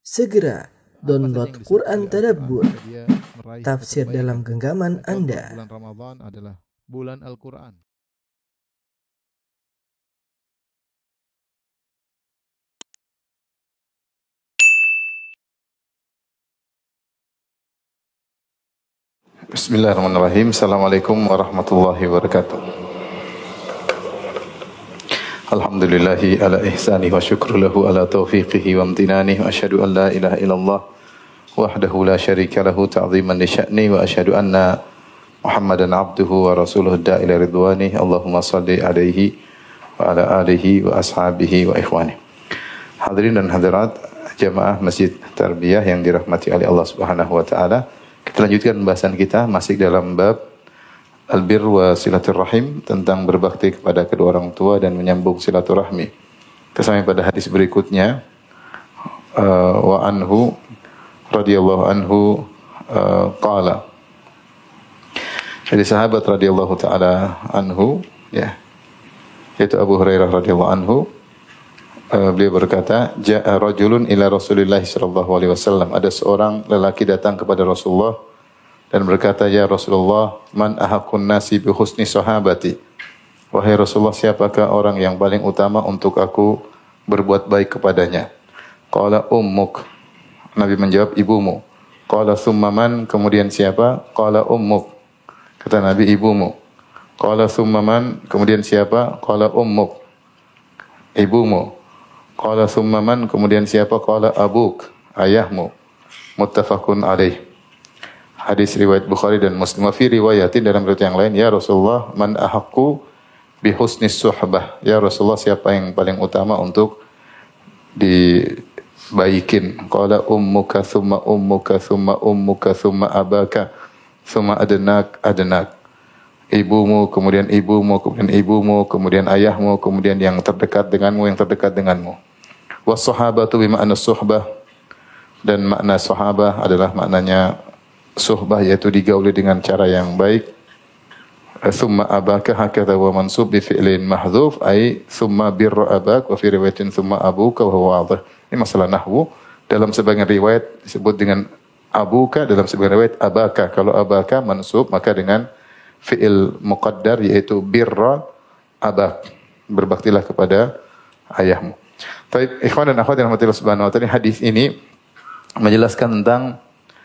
Segera download Quran Tadabbur, tafsir dalam genggaman Anda. Bulan Ramadan adalah bulan Al-Quran. Bismillahirrahmanirrahim. Assalamualaikum warahmatullahi wabarakatuh. Alhamdulillahi ala ihsani wa syukru lahu ala taufiqihi wa amtinani wa asyhadu an la ilaha illallah wahdahu la syarika lahu ta'ziman li sya'ni wa asyhadu anna Muhammadan abduhu wa rasuluhu da'ila ridwani. Allahumma salli alaihi wa ala alihi wa ashabihi wa ikhwani. Hadirin dan hadirat jamaah Masjid Tarbiyah yang dirahmati oleh Allah Subhanahu wa taala. Kita lanjutkan pembahasan kita masih dalam bab Al-Bir wa Silaturrahim, tentang berbakti kepada kedua orang tua dan menyambung silaturahmi. Sampai pada hadis berikutnya, wa anhu radhiyallahu anhu qala. Jadi sahabat radhiyallahu taala anhu, ya, yaitu Abu Hurairah radhiyallahu anhu, beliau berkata, ja'a rajulun ila Rasulillah sallallahu alaihi wasallam. Ada seorang lelaki datang kepada Rasulullah dan berkata, ya Rasulullah, man ahaqqun nasi bi husni sahabati. Wahai Rasulullah, siapakah orang yang paling utama untuk aku berbuat baik kepadanya? Qala ummuk. Nabi menjawab, ibumu. Qala thumma man, kemudian siapa? Qala ummuk. Kata Nabi, ibumu. Qala thumma man, kemudian siapa? Qala ummuk. Ibumu. Qala thumma man, kemudian siapa? Qala abuk, ayahmu. Muttafaqun alaih. Hadis riwayat Bukhari dan Muslim. Wa fi riwayatin, dalam riwayat yang lain, ya Rasulullah, man ahaqqu bi husnis suhbah. Ya Rasulullah, siapa yang paling utama untuk dibaikin? Qala ummuka thumma ummuka thumma ummuka thumma abaka thumma adnak. Ibumu, kemudian ibumu, kemudian ibumu, kemudian ayahmu, kemudian yang terdekat denganmu, yang terdekat denganmu. Was sahabatu bi ma'na suhbah, dan makna sahabah adalah maknanya suhbah, yaitu digauli dengan cara yang baik. Thumma abaka hakadha wa mansub bi fi'lin mahdhuf, ay thumma birra abak, wa fi riwayatin thumma abuka wa huwa wadhih. Ini masalah nahwu. Dalam sebagian riwayat disebut dengan abuka, dalam sebagian riwayat abaka. Kalau abaka mansub, maka dengan fi'il muqaddar, yaitu birra abak, berbaktilah kepada ayahmu. Baik, ikhwan dan akhwat yang dirahmati Allah Subhanahu wa taala, hadis ini menjelaskan tentang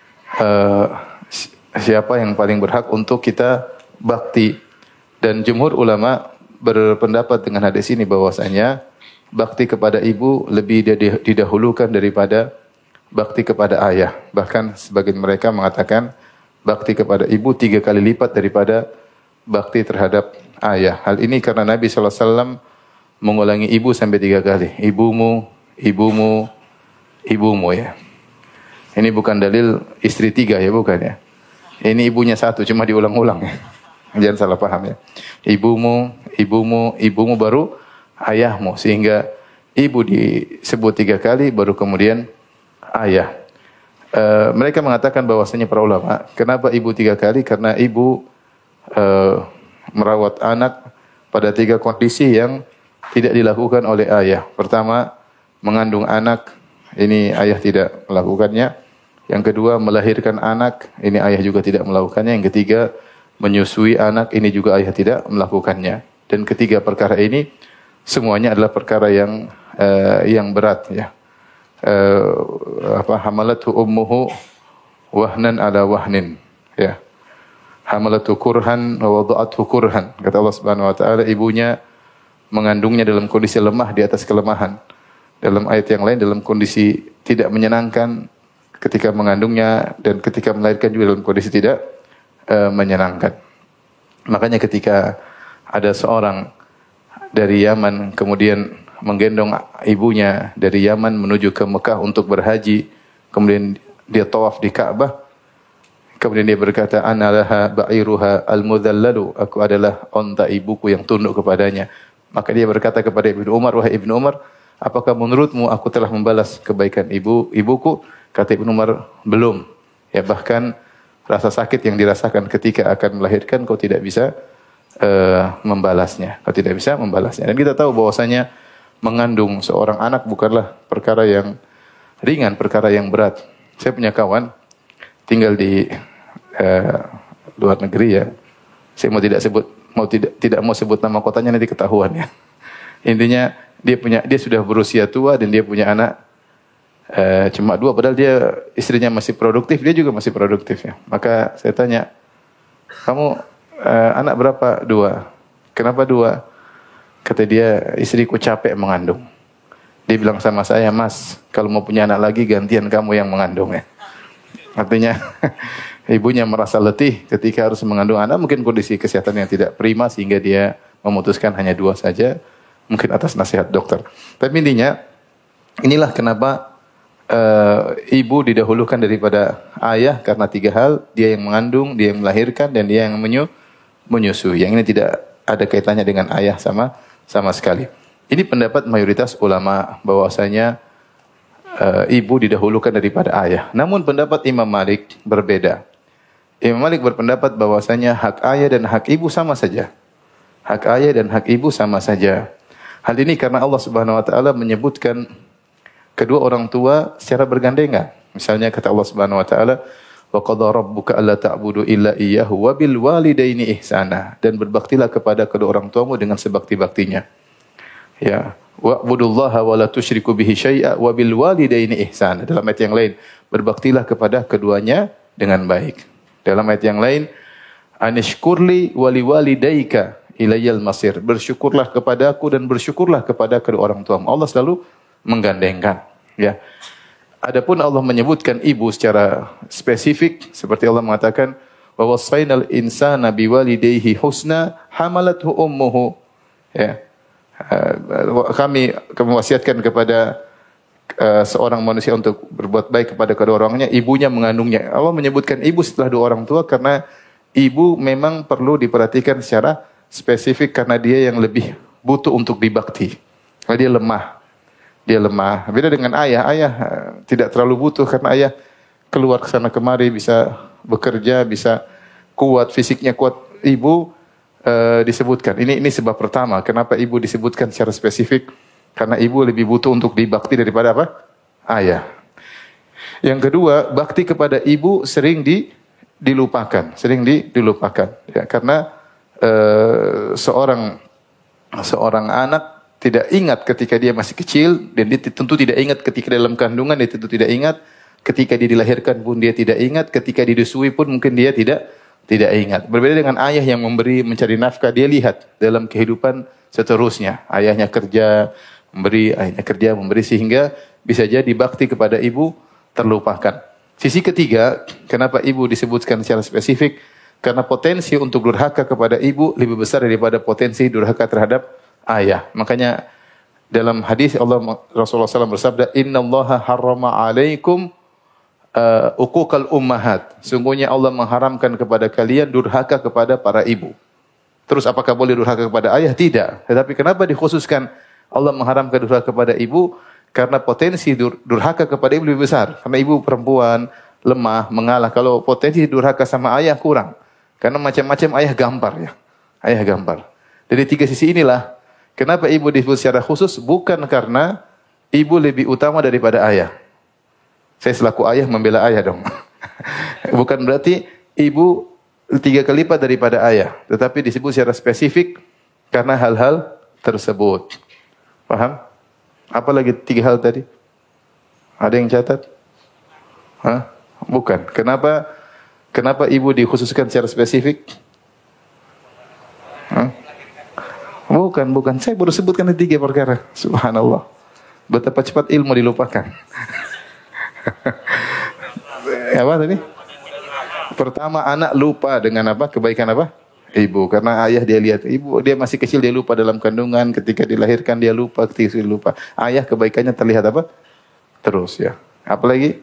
siapa yang paling berhak untuk kita bakti. Dan jumhur ulama berpendapat dengan hadis ini bahwasanya bakti kepada ibu lebih didahulukan daripada bakti kepada ayah. Bahkan sebagian mereka mengatakan bakti kepada ibu 3 kali lipat daripada bakti terhadap ayah. Hal ini karena Nabi SAW mengulangi ibu sampai 3 kali. Ibumu, ibumu, ibumu, ya. Ini bukan dalil istri 3, ya, bukan, ya. Ini ibunya 1, cuma diulang-ulang, ya. Jangan salah paham, ya. Ibumu, ibumu, ibumu, baru ayahmu. Sehingga ibu disebut 3 kali, baru kemudian ayah. Mereka mengatakan bahwasanya para ulama, kenapa ibu 3 kali? Karena ibu merawat anak pada 3 kondisi yang tidak dilakukan oleh ayah. Pertama, mengandung anak, ini ayah tidak melakukannya. Yang kedua, melahirkan anak, ini ayah juga tidak melakukannya. Yang ketiga, menyusui anak, ini juga ayah tidak melakukannya. Dan ketiga perkara ini semuanya adalah perkara yang berat, ya. Hamalathu ummuhu wahnan ala wahnin, ya. Hamalathu kurhan wa wada'athu kurhan. Kata Allah Subhanahu wa taala, ibunya mengandungnya dalam kondisi lemah di atas kelemahan. Dalam ayat yang lain, dalam kondisi tidak menyenangkan ketika mengandungnya, dan ketika melahirkan juga dalam kondisi tidak menyenangkan. Makanya ketika ada seorang dari Yaman kemudian menggendong ibunya dari Yaman menuju ke Mekah untuk berhaji, kemudian dia tawaf di Ka'bah, kemudian dia berkata, ana laha ba'iruha al-mudhallalu, aku adalah onta ibuku yang tunduk kepadanya. Maka dia berkata kepada Ibnu Umar, wahai Ibnu Umar, apakah menurutmu aku telah membalas kebaikan ibuku? Kata Ibnu Umar, belum. Ya, bahkan rasa sakit yang dirasakan ketika akan melahirkan kau tidak bisa membalasnya. Kau tidak bisa membalasnya. Dan kita tahu bahwasanya mengandung seorang anak bukanlah perkara yang ringan, perkara yang berat. Saya punya kawan tinggal di luar negeri ya. Saya tidak mau sebut nama kotanya, nanti ketahuan ya. Intinya dia sudah berusia tua dan dia punya anak cuma 2, padahal istrinya masih produktif, dia juga masih produktif ya. Maka saya tanya, kamu anak berapa? 2. Kenapa 2? Kata dia, istriku capek mengandung. Dia bilang sama saya, Mas, kalau mau punya anak lagi gantian kamu yang mengandung ya. Artinya ibunya merasa letih ketika harus mengandung anak, mungkin kondisi kesehatan yang tidak prima sehingga dia memutuskan hanya 2 saja, mungkin atas nasihat dokter. Tapi intinya, inilah kenapa ibu didahulukan daripada ayah karena 3 hal, dia yang mengandung, dia yang melahirkan, dan dia yang menyusui. Yang ini tidak ada kaitannya dengan ayah sama sekali. Ini pendapat mayoritas ulama bahwasanya ibu didahulukan daripada ayah. Namun pendapat Imam Malik berbeda. Imam Malik berpendapat bahwasanya hak ayah dan hak ibu sama saja. Hak ayah dan hak ibu sama saja. Hal ini karena Allah Subhanahu wa taala menyebutkan kedua orang tua secara bergandengan. Misalnya kata Allah Subhanahu wa taala, "Wa qadha rabbuka alla ta'budu illa iyyahu wa bil walidaini ihsana." Dan berbaktilah kepada kedua orang tuamu dengan sebakti-baktinya. Ya, wa'budullaha wa la tusyriku bihi syai'a wa bil walidaini ihsana. Dalam ayat yang lain, berbaktilah kepada keduanya dengan baik. Dalam ayat yang lain, anishkurli wa liwalidayka ilayyal masir. Bersyukurlah kepadaku dan bersyukurlah kepada kedua orang tuamu. Allah selalu menggandengkan, ya. Adapun Allah menyebutkan ibu secara spesifik seperti Allah mengatakan, wa wassaynal insana biwalidayhi husna hamalathu ummuhu. Ya. Kami mewasiatkan kepada seorang manusia untuk berbuat baik kepada kedua orangnya, ibunya mengandungnya. Allah menyebutkan ibu setelah 2 orang tua karena ibu memang perlu diperhatikan secara spesifik karena dia yang lebih butuh untuk dibakti. Karena dia lemah. Dia lemah. Beda dengan ayah. Ayah tidak terlalu butuh karena ayah keluar ke sana kemari, bisa bekerja, bisa kuat, fisiknya kuat. Ibu disebutkan. Ini sebab pertama kenapa ibu disebutkan secara spesifik, karena ibu lebih butuh untuk dibakti daripada apa? Ayah. Yang kedua, bakti kepada ibu sering dilupakan, dilupakan. Ya, karena seorang anak tidak ingat ketika dia masih kecil, dan dia tentu tidak ingat ketika dalam kandungan, dia tentu tidak ingat ketika dia dilahirkan pun dia tidak ingat, ketika didusui pun mungkin dia tidak ingat. Berbeda dengan ayah yang mencari nafkah, dia lihat dalam kehidupan seterusnya. Ayahnya kerja, memberi, sehingga bisa jadi bakti kepada ibu terlupakan. Sisi ketiga, kenapa ibu disebutkan secara spesifik? Karena potensi untuk durhaka kepada ibu lebih besar daripada potensi durhaka terhadap ayah. Makanya dalam hadis Rasulullah SAW bersabda, "Innallaha harrama 'alaikum uquqal ummahat." Sungguhnya Allah mengharamkan kepada kalian durhaka kepada para ibu. Terus apakah boleh durhaka kepada ayah? Tidak. Tetapi kenapa dikhususkan Allah mengharamkan durhaka kepada ibu? Karena potensi durhaka kepada ibu lebih besar. Karena ibu perempuan, lemah, mengalah. Kalau potensi durhaka sama ayah kurang. Karena macam-macam ayah gampar ya. Ayah gampar. Dari 3 sisi inilah kenapa ibu disebut secara khusus, bukan karena ibu lebih utama daripada ayah. Saya selaku ayah membela ayah dong. Bukan berarti ibu 3 kali lipat daripada ayah. Tetapi disebut secara spesifik karena hal-hal tersebut. Paham? Apa lagi 3 hal tadi? Ada yang catat? Hah? Bukan. Kenapa ibu dikhususkan secara spesifik? Hah? Bukan. Saya baru sebutkan 3 perkara. Subhanallah. Betapa cepat ilmu dilupakan. Apa tadi? Pertama, anak lupa dengan apa? Kebaikan apa? Ibu. Karena ayah dia lihat. Ibu dia masih kecil, dia lupa dalam kandungan. Ketika dilahirkan dia lupa. Ketika dia lupa. Ayah kebaikannya terlihat apa? Terus ya. Apalagi?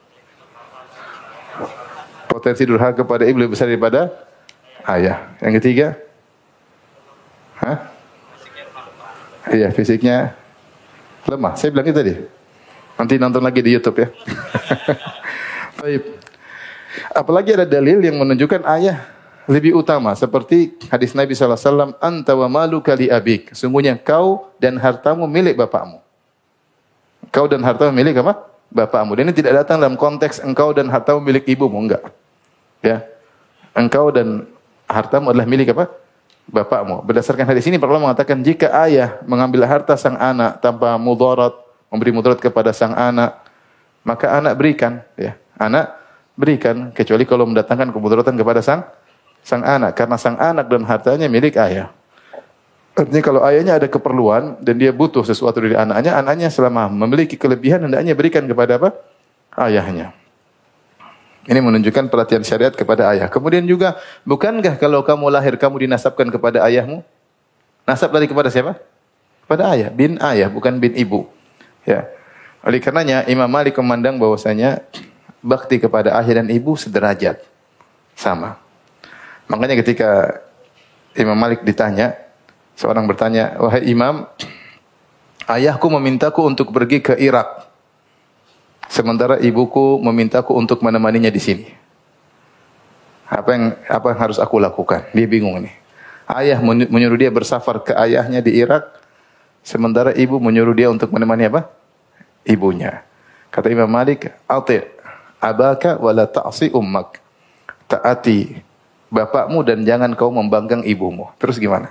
Potensi durhaka kepada ibu lebih besar daripada ayah. Yang ketiga? Hah? Iya, fisiknya lemah. Saya bilang itu tadi. Nanti nonton lagi di YouTube ya. Baik. Apalagi ada dalil yang menunjukkan ayah lebih utama. Seperti hadis Nabi SAW, "Anta wa maluka li abik." Sungguhnya kau dan hartamu milik bapakmu. Kau dan hartamu milik apa? bapakmu. Dan ini tidak datang dalam konteks engkau dan hartamu milik ibumu, enggak. Ya. Engkau dan hartamu adalah milik apa? Bapakmu. Berdasarkan hadis ini para ulama mengatakan jika ayah mengambil harta sang anak tanpa mudarat, memberi mudarat kepada sang anak, maka anak berikan, ya. Anak berikan kecuali kalau mendatangkan kemudaratan kepada sang anak karena sang anak dan hartanya milik ayah. Artinya kalau ayahnya ada keperluan dan dia butuh sesuatu dari anaknya, anaknya selama memiliki kelebihan hendaknya berikan kepada apa? Ayahnya. Ini menunjukkan perhatian syariat kepada ayah. Kemudian juga, bukankah kalau kamu lahir, kamu dinasabkan kepada ayahmu? Nasab dari kepada siapa? Kepada ayah. Bin ayah, bukan bin ibu. Ya. Oleh karenanya, Imam Malik memandang bahwasanya bakti kepada ayah dan ibu sederajat. Sama. Makanya ketika Imam Malik ditanya, seorang bertanya, wahai Imam, ayahku memintaku untuk pergi ke Irak. Sementara ibuku memintaku untuk menemaninya di sini. Apa yang harus aku lakukan? Dia bingung nih. Ayah menyuruh dia bersafar ke ayahnya di Irak, sementara ibu menyuruh dia untuk menemani apa? Ibunya. Kata Imam Malik, "Ati' abaka wa la ta'si ummak." Taati bapakmu dan jangan kau membanggang ibumu. Terus gimana?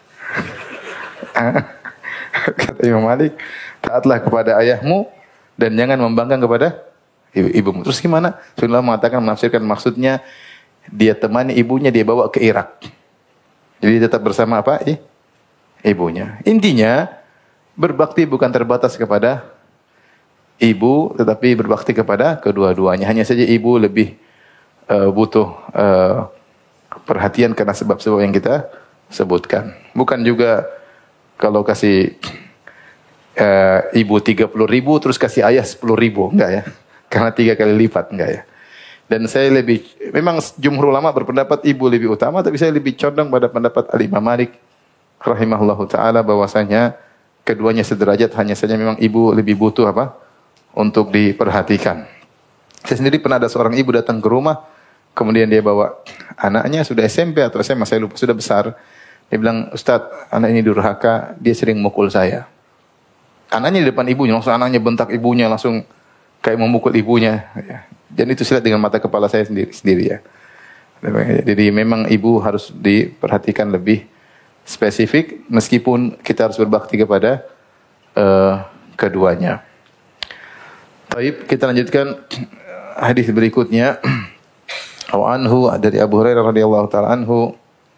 Kata Imam Malik, taatlah kepada ayahmu dan jangan membanggang kepada ibumu. Terus gimana? Rasulullah mengatakan, menafsirkan maksudnya, dia temani ibunya, dia bawa ke Irak. Jadi tetap bersama apa? Ibunya. Intinya, berbakti bukan terbatas kepada ibu, tetapi berbakti kepada kedua-duanya. Hanya saja ibu lebih butuh perhatian karena sebab-sebab yang kita sebutkan. Bukan juga kalau kasih ibu 30.000 terus kasih ayah 10.000, enggak ya? Karena 3 kali lipat, enggak ya? Dan saya lebih, memang jumhur ulama berpendapat ibu lebih utama, tapi saya lebih condong pada pendapat Al-Imam Malik rahimahullahu taala bahwasanya keduanya sederajat, hanya saja memang ibu lebih butuh apa? Untuk diperhatikan. Saya sendiri pernah ada seorang ibu datang ke rumah, kemudian dia bawa anaknya sudah SMP atau SMA, saya lupa, sudah besar. Dia bilang, "Ustaz, anak ini durhaka, dia sering mukul saya." Anaknya di depan ibunya, langsung anaknya bentak ibunya, langsung kayak memukul ibunya. Dan itu saya lihat dengan mata kepala saya sendiri ya. Jadi memang ibu harus diperhatikan lebih spesifik, meskipun kita harus berbakti kepada keduanya. Baik, kita lanjutkan hadis berikutnya. Anhu dari Abu Hurairah radhiyallahu taala anhu,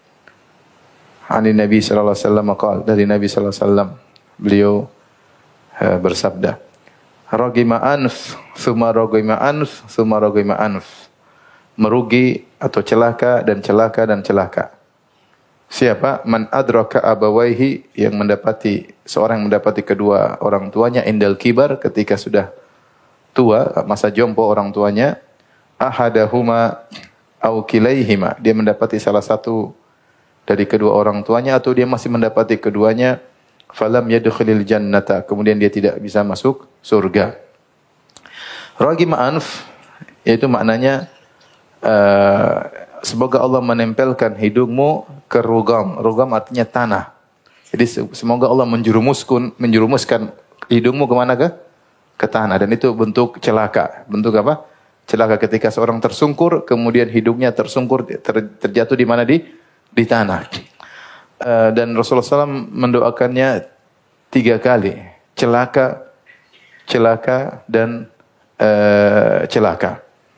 Nabi sallallahu alaihi wasallam qala, dari Nabi sallallahu alaihi wasallam beliau bersabda, "Ragima anf, tsumma ragima anf, tsumma ragima anf." Merugi atau celaka dan celaka dan celaka. Siapa? Man adraka abawaihi, yang mendapati, seorang yang mendapati kedua orang tuanya indal kibar, ketika sudah tua, masa jompo orang tuanya, ahadahuma au kilaihima, dia mendapati salah satu dari kedua orang tuanya atau dia masih mendapati keduanya, falam yadkhulil jannata, kemudian dia tidak bisa masuk surga. Ragima anf, yaitu maknanya semoga Allah menempelkan hidungmu ke rugam. Rugam artinya tanah. Jadi semoga Allah menjerumuskan hidungmu kemana ke tanah. Dan itu bentuk celaka. Bentuk apa? Celaka ketika seorang tersungkur, kemudian hidungnya tersungkur, terjatuh di mana? Di tanah. Dan Rasulullah SAW mendoakannya 3 kali. Celaka, dan celaka.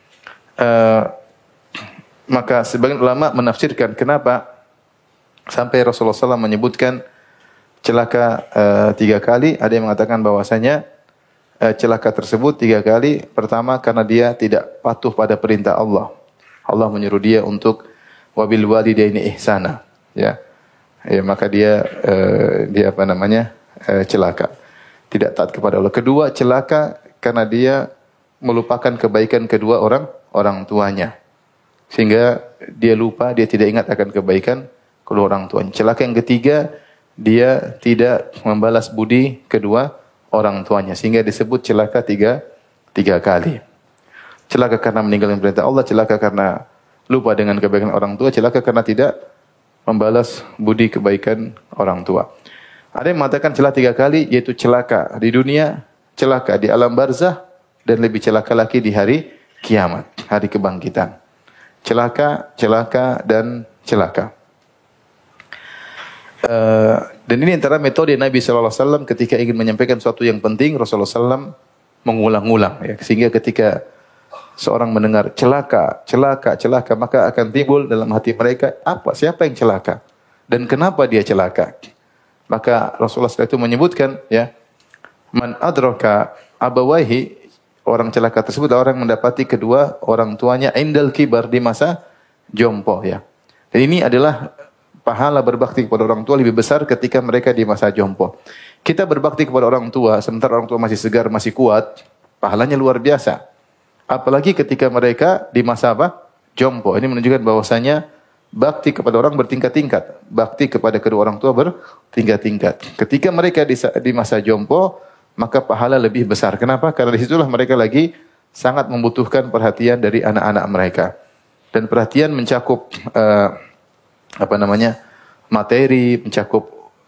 Maka sebagian ulama menafsirkan kenapa sampai Rasulullah SAW menyebutkan celaka 3 kali. Ada yang mengatakan bahwasanya celaka tersebut 3 kali. Pertama, karena dia tidak patuh pada perintah Allah. Allah menyuruh dia untuk wabil walidaini ihsana. Ya, maka dia celaka. Tidak taat kepada Allah. Kedua, celaka karena dia melupakan kebaikan kedua orang tuanya. Sehingga dia lupa, dia tidak ingat akan kebaikan kedua orang tuanya. Celaka yang ketiga, dia tidak membalas budi kedua orang tuanya. Sehingga disebut celaka tiga kali. Celaka karena meninggalkan perintah Allah, celaka karena lupa dengan kebaikan orang tua, celaka karena tidak membalas budi kebaikan orang tua. Ada yang mengatakan celaka 3 kali, yaitu celaka di dunia, celaka di alam barzah, dan lebih celaka lagi di hari kiamat, hari kebangkitan. Celaka, celaka, dan celaka. Dan ini antara metode Nabi SAW ketika ingin menyampaikan sesuatu yang penting, Rasulullah SAW mengulang-ulang. Ya. Sehingga ketika seorang mendengar celaka, celaka, celaka, maka akan timbul dalam hati mereka, siapa yang celaka? Dan kenapa dia celaka? Maka Rasulullah SAW itu menyebutkan, ya, man adraka abawaihi, orang celaka tersebut orang mendapati kedua orang tuanya indal kibar, di masa jompo, ya. Dan ini adalah pahala berbakti kepada orang tua lebih besar ketika mereka di masa jompo. Kita berbakti kepada orang tua sementara orang tua masih segar, masih kuat, pahalanya luar biasa. Apalagi ketika mereka di masa apa? Jompo. Ini menunjukkan bahwasanya bakti kepada orang bertingkat-tingkat. Bakti kepada kedua orang tua bertingkat-tingkat. Ketika mereka di masa jompo, maka pahala lebih besar. Kenapa? Karena disitulah mereka lagi sangat membutuhkan perhatian dari anak-anak mereka. Dan perhatian mencakup materi, mencakup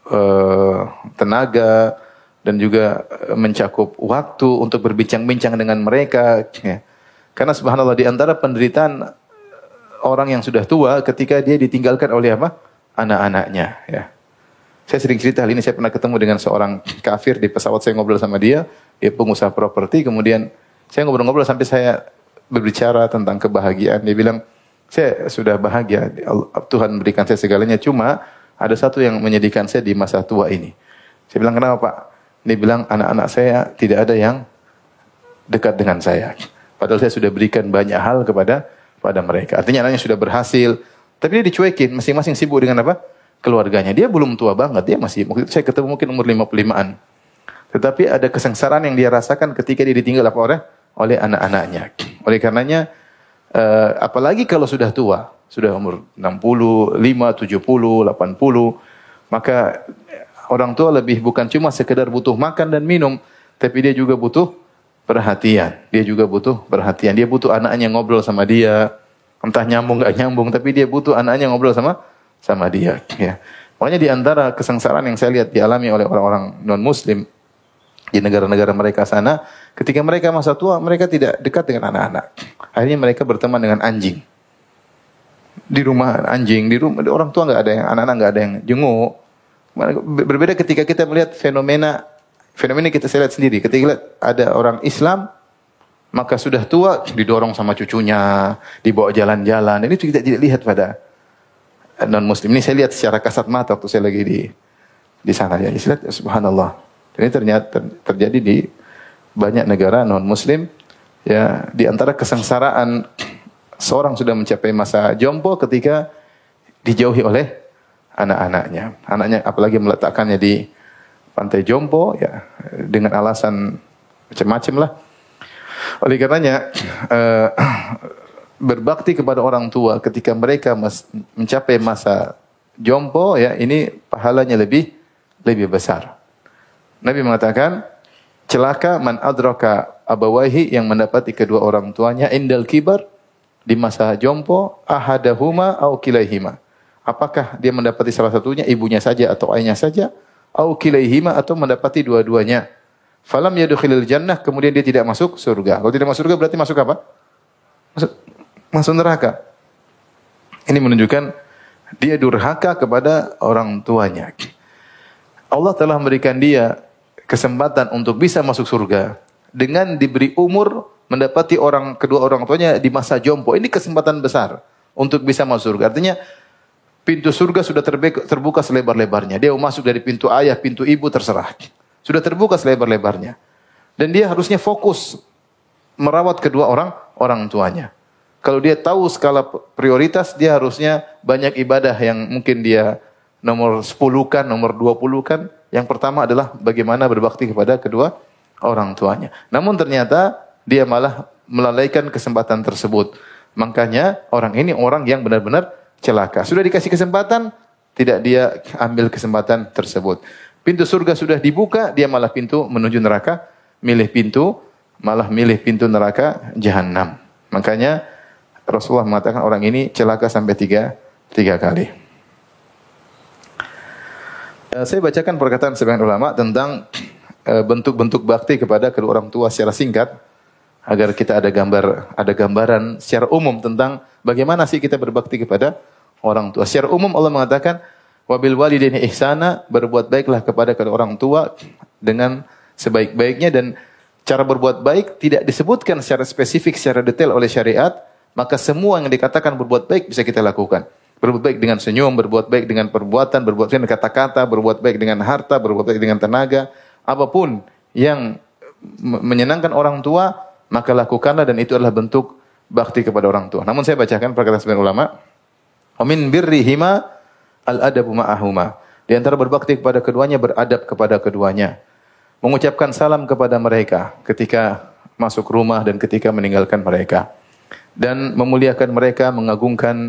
tenaga, dan juga mencakup waktu untuk berbincang-bincang dengan mereka. Ya. Karena subhanallah di antara penderitaan orang yang sudah tua ketika dia ditinggalkan oleh apa? Anak-anaknya. Ya. Saya sering cerita hal ini, saya pernah ketemu dengan seorang kafir di pesawat, saya ngobrol sama dia pengusaha properti, kemudian saya ngobrol-ngobrol sampai saya berbicara tentang kebahagiaan. Dia bilang, saya sudah bahagia, Tuhan berikan saya segalanya, cuma ada satu yang menyedihkan saya di masa tua ini. Saya bilang, kenapa Pak? Dia bilang, anak-anak saya tidak ada yang dekat dengan saya. Padahal saya sudah berikan banyak hal kepada mereka. Artinya anaknya sudah berhasil, tapi dia dicuekin, masing-masing sibuk dengan apa? Keluarganya. Dia belum tua banget, dia masih, waktu itu saya ketemu mungkin umur 55-an. Tetapi ada kesengsaraan yang dia rasakan ketika dia ditinggal oleh anak-anaknya. Oleh karenanya, apalagi kalau sudah tua, sudah umur 65, 70, 80, maka orang tua lebih bukan cuma sekedar butuh makan dan minum, tapi dia juga butuh perhatian. Dia juga butuh perhatian. Dia butuh anaknya ngobrol sama dia, entah nyambung nggak nyambung, tapi dia butuh anaknya ngobrol sama dia. Ya. Makanya di antara kesengsaraan yang saya lihat dialami oleh orang-orang non-Muslim di negara-negara mereka sana, ketika mereka masa tua, mereka tidak dekat dengan anak-anak. Akhirnya mereka berteman dengan anjing. Di rumah anjing, di rumah orang tua nggak ada yang, anak-anak nggak ada yang jenguk. Berbeda ketika kita melihat fenomena kita saya lihat sendiri. Ketika lihat ada orang Islam, maka sudah tua didorong sama cucunya, dibawa jalan-jalan. Ini kita tidak lihat pada non-Muslim. Ini saya lihat secara kasat mata waktu saya lagi di sana. Ya, saya lihat, subhanallah. Dan ini ternyata terjadi di banyak negara non-Muslim. Ya, di antara kesengsaraan seorang sudah mencapai masa jompo ketika dijauhi oleh anak-anaknya. Anaknya apalagi meletakkannya di pantai jompo, ya, dengan alasan macam-macam lah. Oleh karenanya, berbakti kepada orang tua ketika mereka mencapai masa jompo, ya, ini pahalanya lebih besar. Nabi mengatakan, celaka man adraka abawaihi, yang mendapati kedua orang tuanya indal kibar, di masa jompo, ahadahuma au kilaihima. Apakah dia mendapati salah satunya, ibunya saja atau ayahnya saja, au kilaihima, atau mendapati dua-duanya. Falam yadkhulul jannah, kemudian dia tidak masuk surga. Kalau tidak masuk surga berarti masuk apa? Masuk neraka. Ini menunjukkan dia durhaka kepada orang tuanya. Allah telah memberikan dia kesempatan untuk bisa masuk surga dengan diberi umur mendapati kedua orang tuanya di masa jompo. Ini kesempatan besar untuk bisa masuk surga. Artinya pintu surga sudah terbuka selebar-lebarnya. Dia mau masuk dari pintu ayah, pintu ibu, terserah. Sudah terbuka selebar-lebarnya. Dan dia harusnya fokus merawat kedua orang tuanya. Kalau dia tahu skala prioritas, dia harusnya banyak ibadah yang mungkin dia nomor 10 kan, nomor 20 kan. Yang pertama adalah bagaimana berbakti kepada kedua orang tuanya. Namun ternyata dia malah melalaikan kesempatan tersebut. Makanya orang ini orang yang benar-benar celaka. Sudah dikasih kesempatan, tidak dia ambil kesempatan tersebut. Pintu surga sudah dibuka, dia malah pintu menuju neraka, milih pintu neraka jahanam. Makanya Rasulullah mengatakan orang ini celaka sampai tiga kali. Saya bacakan perkataan sebagian ulama tentang bentuk-bentuk bakti kepada kedua orang tua secara singkat. agar kita ada gambaran secara umum tentang bagaimana sih kita berbakti kepada orang tua. Secara umum Allah mengatakan wabil walidaini ihsana, berbuat baiklah kepada kedua orang tua dengan sebaik-baiknya, dan cara berbuat baik tidak disebutkan secara spesifik, secara detail oleh syariat, maka semua yang dikatakan berbuat baik bisa kita lakukan. Berbuat baik dengan senyum, berbuat baik dengan perbuatan, berbuat baik dengan kata-kata, berbuat baik dengan harta, berbuat baik dengan tenaga, apapun yang menyenangkan orang tua, maka lakukanlah, dan itu adalah bentuk bakti kepada orang tua. Namun saya bacakan perkataan sebagian ulama, wa min birrihima al-adabu ma'ahuma. Di antara berbakti kepada keduanya, beradab kepada keduanya. Mengucapkan salam kepada mereka ketika masuk rumah dan ketika meninggalkan mereka. Dan memuliakan mereka, mengagungkan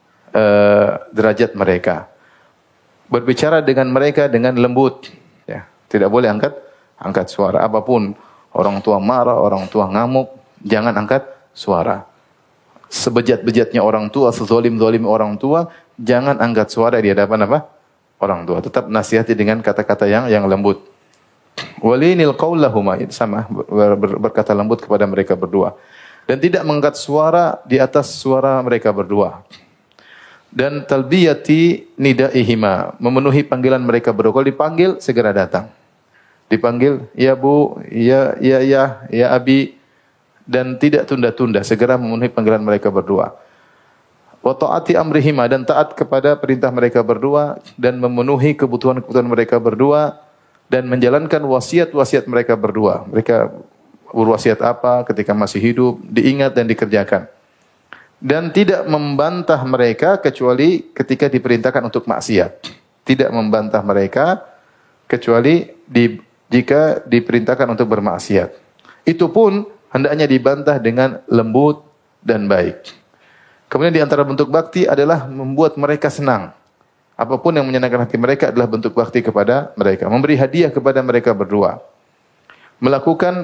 derajat mereka. Berbicara dengan mereka dengan lembut. Ya, tidak boleh angkat suara. Apapun, orang tua marah, orang tua ngamuk, jangan angkat suara. Sebejat-bejatnya orang tua, sezolim-zolim orang tua, jangan angkat suara di hadapan orang tua. Tetap nasihati dengan kata-kata yang lembut. Walinil qaul lahuma, sama berkata lembut kepada mereka berdua. Dan tidak mengangkat suara di atas suara mereka berdua. Dan talbiyati nidaihima, memenuhi panggilan mereka berdua. Kalau dipanggil segera datang. Dipanggil ya Bu, ya Abi, dan tidak tunda-tunda, segera memenuhi panggilan mereka berdua. Wa ta'ati amrihima, dan taat kepada perintah mereka berdua, dan memenuhi kebutuhan-kebutuhan mereka berdua, dan menjalankan wasiat-wasiat mereka berdua. Mereka berwasiat apa ketika masih hidup, diingat dan dikerjakan. Dan tidak membantah mereka kecuali ketika diperintahkan untuk maksiat. Tidak membantah mereka kecuali jika diperintahkan untuk bermaksiat. Itu pun hendaknya dibantah dengan lembut dan baik. Kemudian di antara bentuk bakti adalah membuat mereka senang. Apapun yang menyenangkan hati mereka adalah bentuk bakti kepada mereka. Memberi hadiah kepada mereka berdua. Melakukan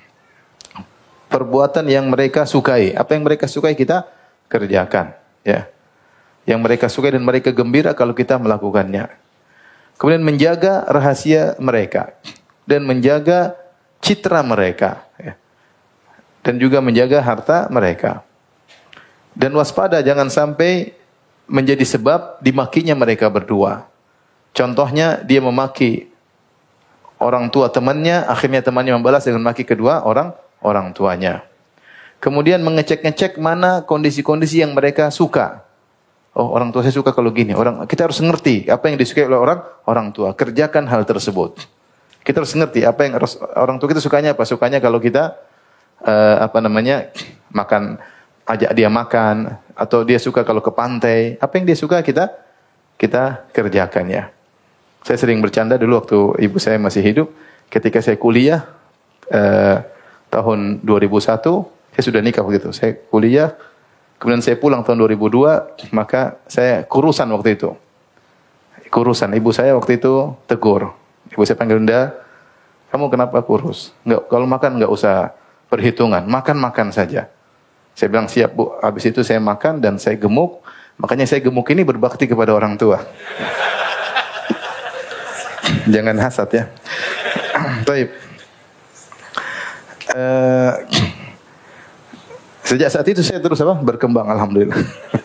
perbuatan yang mereka sukai. Apa yang mereka sukai kita kerjakan. Ya. Yang mereka sukai dan mereka gembira kalau kita melakukannya. Kemudian menjaga rahasia mereka. Dan menjaga citra mereka. Ya. Dan juga menjaga harta mereka. Dan waspada jangan sampai menjadi sebab dimakinya mereka berdua. Contohnya dia memaki orang tua temannya, akhirnya temannya membalas dengan maki kedua orang tuanya. Kemudian mengecek-ngecek mana kondisi-kondisi yang mereka suka. Oh, orang tua saya suka kalau gini. Kita harus ngerti apa yang disukai oleh orang tua. Kerjakan hal tersebut. Kita harus ngerti apa yang orang tua kita sukanya apa. Sukanya kalau kita makan, ajak dia makan, atau dia suka kalau ke pantai. Apa yang dia suka kita kerjakan ya. Saya sering bercanda dulu waktu ibu saya masih hidup. Ketika saya kuliah tahun 2001. Saya sudah nikah begitu. Saya kuliah, kemudian saya pulang tahun 2002, maka saya kurusan waktu itu. Kurusan. Ibu saya waktu itu tegur. Ibu saya panggil, "Nda, kamu kenapa kurus? Enggak, kalau makan enggak usah perhitungan, makan-makan saja." Saya bilang, "Siap, Bu." Habis itu saya makan dan saya gemuk. Makanya saya gemuk ini berbakti kepada orang tua. Jangan hasad ya. Baik. Sejak saat itu saya terus berkembang, alhamdulillah.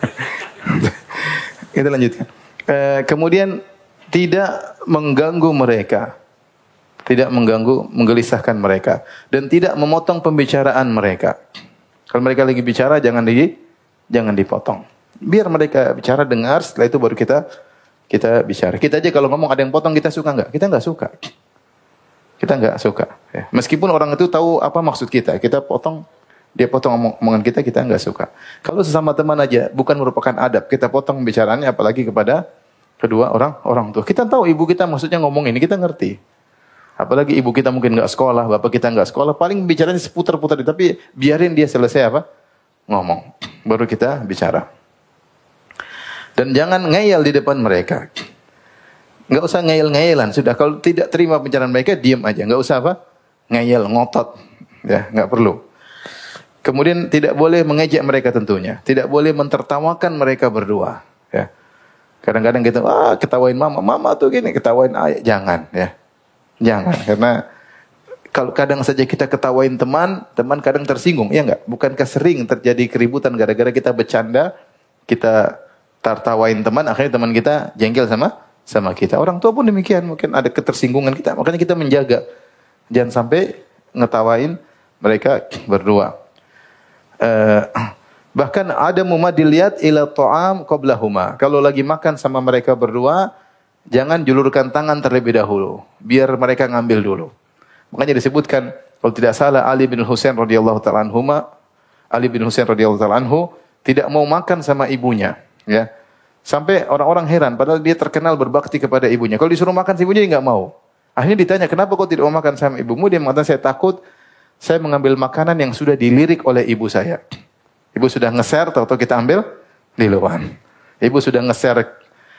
Kita lanjutkan. Kemudian tidak mengganggu mereka, tidak menggelisahkan mereka, dan tidak memotong pembicaraan mereka. Kalau mereka lagi bicara jangan dipotong. Biar mereka bicara, dengar, setelah itu baru kita bicara. Kita aja kalau ngomong ada yang potong kita suka enggak? Kita enggak suka. Kita enggak suka. Ya. Meskipun orang itu tahu apa maksud kita potong. Dia potong omongan kita enggak suka. Kalau sesama teman aja bukan merupakan adab, kita potong pembicaraannya, apalagi kepada kedua orang tua. Kita tahu ibu kita maksudnya ngomong ini, kita ngerti. Apalagi ibu kita mungkin enggak sekolah, bapak kita enggak sekolah, paling bicaranya seputar-putar, tapi biarin dia selesai ngomong. Baru kita bicara. Dan jangan ngeyel di depan mereka. Enggak usah ngeyel-ngeyelan, sudah. Kalau tidak terima pembicaraan mereka, diam aja. Enggak usah ngeyel, ngotot. Ya, enggak perlu. Kemudian tidak boleh mengejek mereka tentunya. Tidak boleh mentertawakan mereka berdua. Ya. Kadang-kadang kita ketawain mama tuh gini, ketawain ayah. Jangan ya. Jangan. Karena Kalau kadang saja kita ketawain teman, teman kadang tersinggung, ya enggak? Bukankah sering terjadi keributan gara-gara kita bercanda, kita tertawain teman, akhirnya teman kita jengkel sama kita. Orang tua pun demikian, mungkin ada ketersinggungan kita, makanya kita menjaga. Jangan sampai ngetawain mereka berdua. Bahkan ada mumadiliyat ila ta'am qablahuma. Kalau lagi makan sama mereka berdua, jangan julurkan tangan terlebih dahulu, biar mereka ngambil dulu. Makanya disebutkan kalau tidak salah Ali bin Husain radhiyallahu taala anhu tidak mau makan sama ibunya, ya. Sampai orang-orang heran padahal dia terkenal berbakti kepada ibunya. Kalau disuruh makan sama ibunya dia enggak mau. Akhirnya ditanya, "Kenapa kau tidak mau makan sama ibumu?" Dia mengatakan, "Saya takut saya mengambil makanan yang sudah dilirik oleh ibu saya." Ibu sudah nge-share, tahu-tahu kita ambil di luar. Ibu sudah nge-share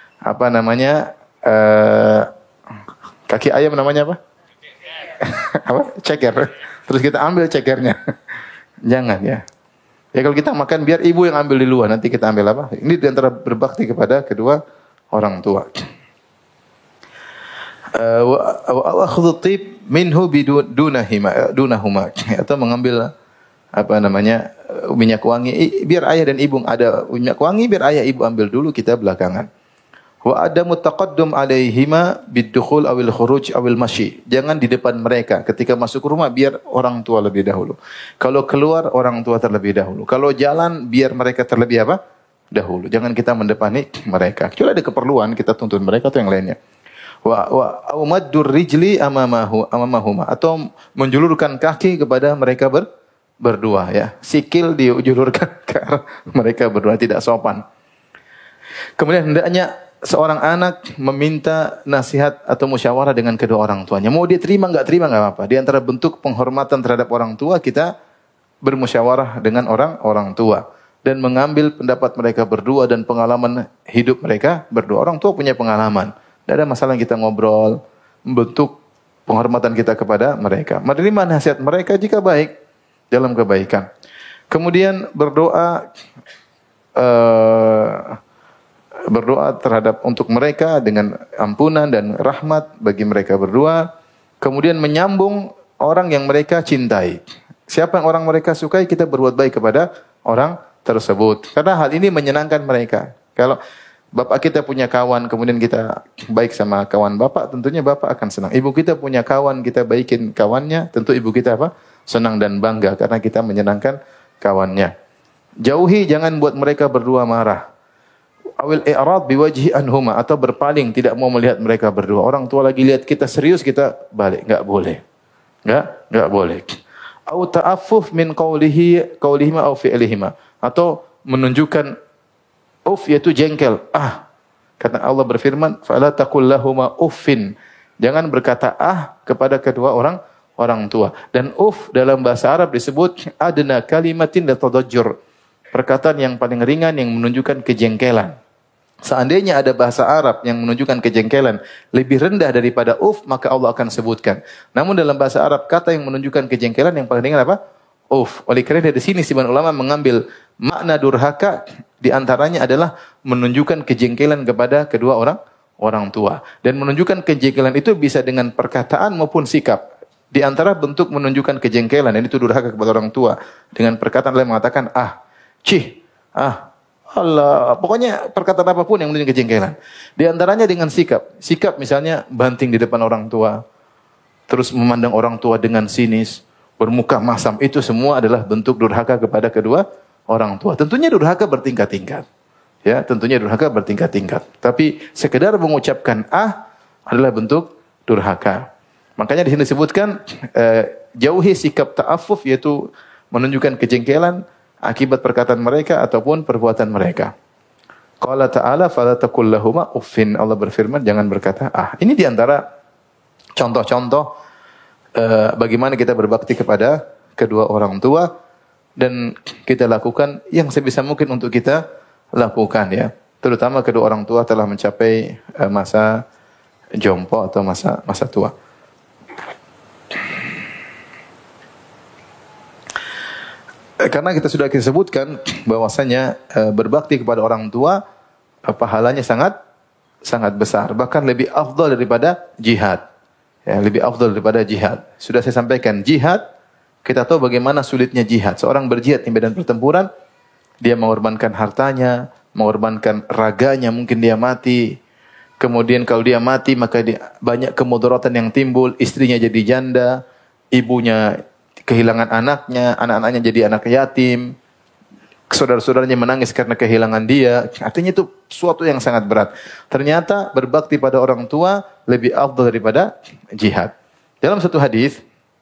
kaki ayam namanya apa? Apa? Ceker. Terus kita ambil cekernya. Jangan ya. Ya kalau kita makan biar ibu yang ambil di luar, nanti kita ambil apa? Ini di antara berbakti kepada kedua orang tua. Wa akhdhu tib minhu dunahuma atau mengambil minyak wangi, biar ayah dan ibu ada minyak wangi, biar ayah ibu ambil dulu, kita belakangan. Wa adamu taqaddum alaihima bidukhul awil khuruj awil masyi. Jangan di depan mereka ketika masuk rumah, biar orang tua lebih dahulu. Kalau keluar orang tua terlebih dahulu. Kalau jalan biar mereka terlebih dahulu. Jangan kita mendepani mereka. Kecuali ada keperluan kita tuntun mereka atau yang lainnya. Wa umaddur rijli amamahuma atau menjulurkan kaki kepada mereka berdua ya. Sikil dijulurkan ke arah mereka berdua, tidak sopan. Kemudian hendaknya seorang anak meminta nasihat atau musyawarah dengan kedua orang tuanya. Mau dia terima enggak apa-apa. Di antara bentuk penghormatan terhadap orang tua, kita bermusyawarah dengan orang tua dan mengambil pendapat mereka berdua dan pengalaman hidup mereka berdua. Orang tua punya pengalaman. Tidak ada masalah kita ngobrol, membentuk penghormatan kita kepada mereka. Menerima nasihat mereka jika baik dalam kebaikan. Kemudian berdoa terhadap untuk mereka dengan ampunan dan rahmat bagi mereka berdua. Kemudian menyambung orang yang mereka cintai. Siapa yang orang mereka sukai, kita berbuat baik kepada orang tersebut. Karena hal ini menyenangkan mereka. Kalau bapak kita punya kawan, kemudian kita baik sama kawan bapak, tentunya bapak akan senang. Ibu kita punya kawan, kita baikin kawannya, tentu ibu kita senang dan bangga karena kita menyenangkan kawannya. Jauhi, jangan buat mereka berdua marah. Awil i'rad biwajhi anhuma atau berpaling, tidak mau melihat mereka berdua. Orang tua lagi lihat kita serius, kita balik, enggak boleh. Enggak boleh. Au ta'affuf min qaulihima au fi'lihima atau menunjukkan yaitu jengkel. Kata Allah berfirman, fala taqul lahuma uffin. Jangan berkata kepada kedua orang tua. Dan dalam bahasa Arab disebut adna kalimatin la tadajjur. Perkataan yang paling ringan yang menunjukkan kejengkelan. Seandainya ada bahasa Arab yang menunjukkan kejengkelan lebih rendah daripada maka Allah akan sebutkan. Namun dalam bahasa Arab kata yang menunjukkan kejengkelan yang paling ringan apa? Oleh karena dari sini sebagian ulama mengambil makna durhaka di antaranya adalah menunjukkan kejengkelan kepada kedua orang tua. Dan menunjukkan kejengkelan itu bisa dengan perkataan maupun sikap. Di antara bentuk menunjukkan kejengkelan, dan itu durhaka kepada orang tua, dengan perkataan lain mengatakan Allah, pokoknya perkataan apapun yang menunjukkan kejengkelan. Di antaranya dengan sikap. Sikap misalnya banting di depan orang tua, terus memandang orang tua dengan sinis, bermuka masam, itu semua adalah bentuk durhaka kepada kedua orang tua. Tentunya durhaka bertingkat-tingkat. Ya, tentunya durhaka bertingkat-tingkat. Tapi sekedar mengucapkan adalah bentuk durhaka. Makanya di sini disebutkan jauhi sikap ta'affuf, yaitu menunjukkan kejengkelan akibat perkataan mereka ataupun perbuatan mereka. Qala ta'ala fala taqul lahuma uffin. Allah berfirman jangan berkata Ini di antara contoh-contoh bagaimana kita berbakti kepada kedua orang tua, dan kita lakukan yang sebisa mungkin untuk kita lakukan ya. Terutama kedua orang tua telah mencapai masa jompo atau masa tua. Karena kita sudah sebutkan bahwasanya berbakti kepada orang tua pahalanya sangat besar, bahkan lebih afdal daripada jihad. Ya, lebih afdal daripada jihad. Sudah saya sampaikan, jihad, kita tahu bagaimana sulitnya jihad. Seorang berjihad di medan pertempuran, dia mengorbankan hartanya, mengorbankan raganya, mungkin dia mati. Kemudian kalau dia mati, maka banyak kemudaratan yang timbul, istrinya jadi janda, ibunya kehilangan anaknya, anak-anaknya jadi anak yatim, saudara-saudaranya menangis karena kehilangan dia. Artinya itu suatu yang sangat berat. Ternyata berbakti pada orang tua lebih afdal daripada jihad. Dalam satu hadis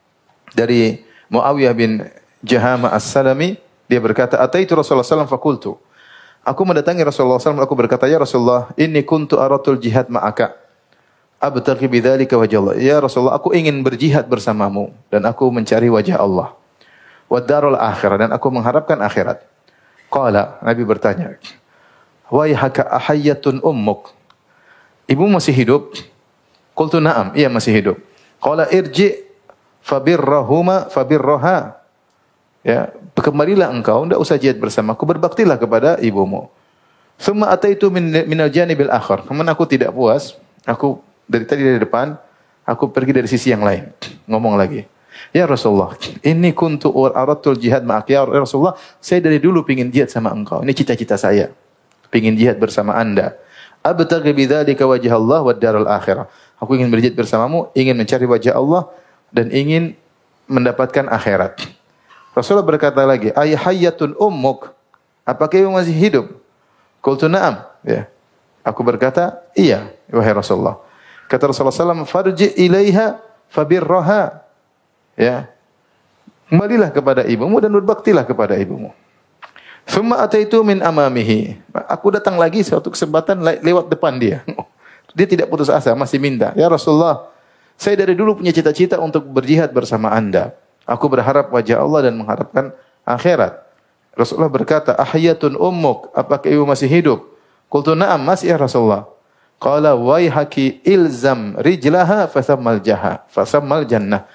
dari Muawiyah bin Jahama As-Salami, dia berkata, "Ataitu Rasulullah sallallahu alaihi wasallam faqultu." Aku mendatangi Rasulullah SAW, aku berkata, "Ya Rasulullah, inni kuntu aratul jihad ma'aka. Abtaghi bidzalika wajh Allah." Ya Rasulullah, aku ingin berjihad bersamamu dan aku mencari wajah Allah. Wa darul akhirah, dan aku mengharapkan akhirat. Qala, Nabi bertanya, "Waihaka ahayyatun ummuk?" Ibu masih hidup? Qultu na'am, iya masih hidup. Qala irji fabirrahuma fabirraha. Ya, kembalilah engkau, tidak usah jihad bersamaku, berbaktilah kepada ibumu. Summa ataitu minal janibil akhar. Kemudian aku tidak puas, aku dari depan, aku pergi dari sisi yang lain. Ngomong lagi. Ya Rasulullah, ini kuntu aratul jihad ma'ak. Ya Rasulullah, saya dari dulu pingin jihad sama engkau. Ini cita-cita saya. Pingin jihad bersama anda. Abtaghi bidzalika wajh Allah wad darul akhirah. Aku ingin berjihad bersamamu, ingin mencari wajah Allah dan ingin mendapatkan akhirat. Rasulullah berkata lagi, "Ayhayyatun ummuk?" Apakah ibu masih hidup? Qultu na'am. Ya. Aku berkata, "Iya, wahai Rasulullah." Kata Rasulullah SAW, "Farji ilaiha fabirraha." Ya. Kembalilah kepada ibumu dan berbaktilah kepada ibumu. Summa ataitu min amamihi. Aku datang lagi suatu kesempatan lewat depan dia. Dia tidak putus asa, masih minta. "Ya Rasulullah, saya dari dulu punya cita-cita untuk berjihad bersama anda. Aku berharap wajah Allah dan mengharapkan akhirat." Rasulullah berkata, "Ahyatun ummuk?" Apakah ibu masih hidup? Qultu na'am, masih ya Rasulullah. Qala waihaki ilzam rijlaha fasammal jannah.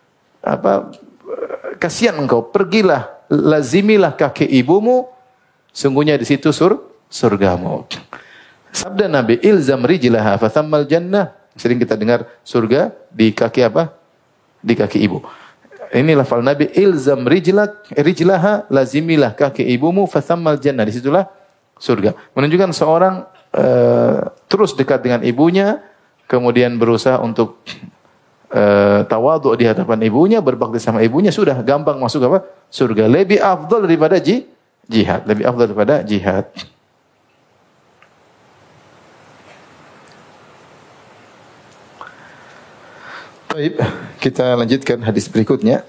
Kasihan engkau, pergilah, lazimilah kaki ibumu, sungguhnya di situ surgamu. Sabda Nabi, ilzam rijlaha fasammal jannah. Sering kita dengar surga di kaki apa? Di kaki ibu. Ini lafal Nabi, ilzam rijlaha, lazimilah kaki ibumu, fasammal jannah, disitulah surga. Menunjukkan seorang terus dekat dengan ibunya, kemudian berusaha untuk tawadhu di hadapan ibunya, berbakti sama ibunya, sudah gampang masuk apa? Surga. Lebih afdal daripada jihad, lebih afdal daripada jihad. Baik, kita lanjutkan hadis berikutnya.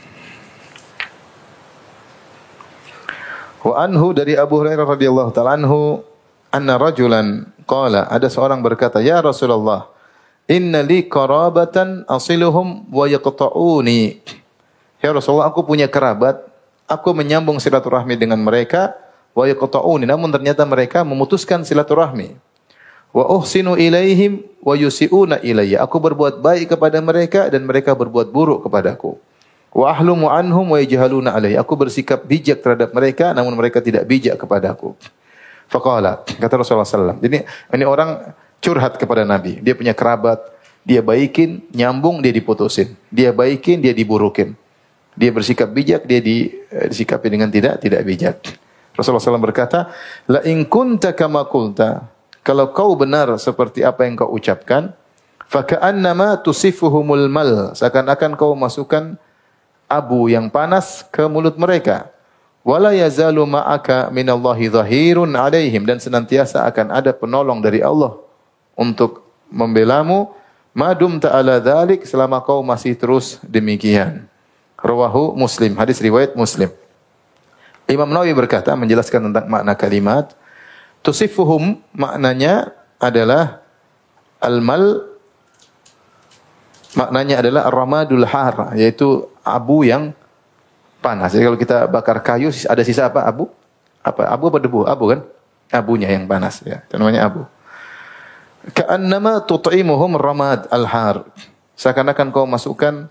Wa anhu, dari Abu Hurairah radhiyallahu ta'ala anhu, anna rajulan qala, ada seorang berkata, "Ya Rasulullah, inna li qarabatan asiluhum wa yaqta'uni." Ya Rasulullah, aku punya kerabat, aku menyambung silaturahmi dengan mereka, wa yaqta'uni, namun ternyata mereka memutuskan silaturahmi. Wa uhsinu ilaihim wa yusiuna ilayya. Aku berbuat baik kepada mereka dan mereka berbuat buruk kepadaku. Wa ahlumu anhum wa yajhaluna alayya. Aku bersikap bijak terhadap mereka namun mereka tidak bijak kepadaku. Faqala, kata Rasulullah sallallahu alaihi wasallam. Jadi ini orang curhat kepada Nabi. Dia punya kerabat, dia baikin, nyambung, dia diputusin. Dia baikin, dia diburukin. Dia bersikap bijak, dia disikapi dengan tidak bijak. Rasulullah SAW berkata, "La in kunta kama qulta." Kalau kau benar seperti apa yang kau ucapkan, faka'annama tusifuhumul mal, seakan-akan kau masukkan abu yang panas ke mulut mereka. Wala yazalu ma'aka minallahi zahirun alaihim, dan senantiasa akan ada penolong dari Allah untuk membelamu, madum ta'ala dzalik, selama kau masih terus demikian. Rawahu Muslim, hadis riwayat Muslim. Imam Nawawi berkata, menjelaskan tentang makna kalimat tusifuhum, maknanya adalah al-mal, maknanya adalah ar-ramadul har, yaitu abu yang panas. Jadi kalau kita bakar kayu ada sisa apa? Abu? Abu apa debu? Abu kan? Abunya yang panas ya. Itu namanya abu. Ka'annama tut'imuhum ramad al-har. Seakan-akan kau masukkan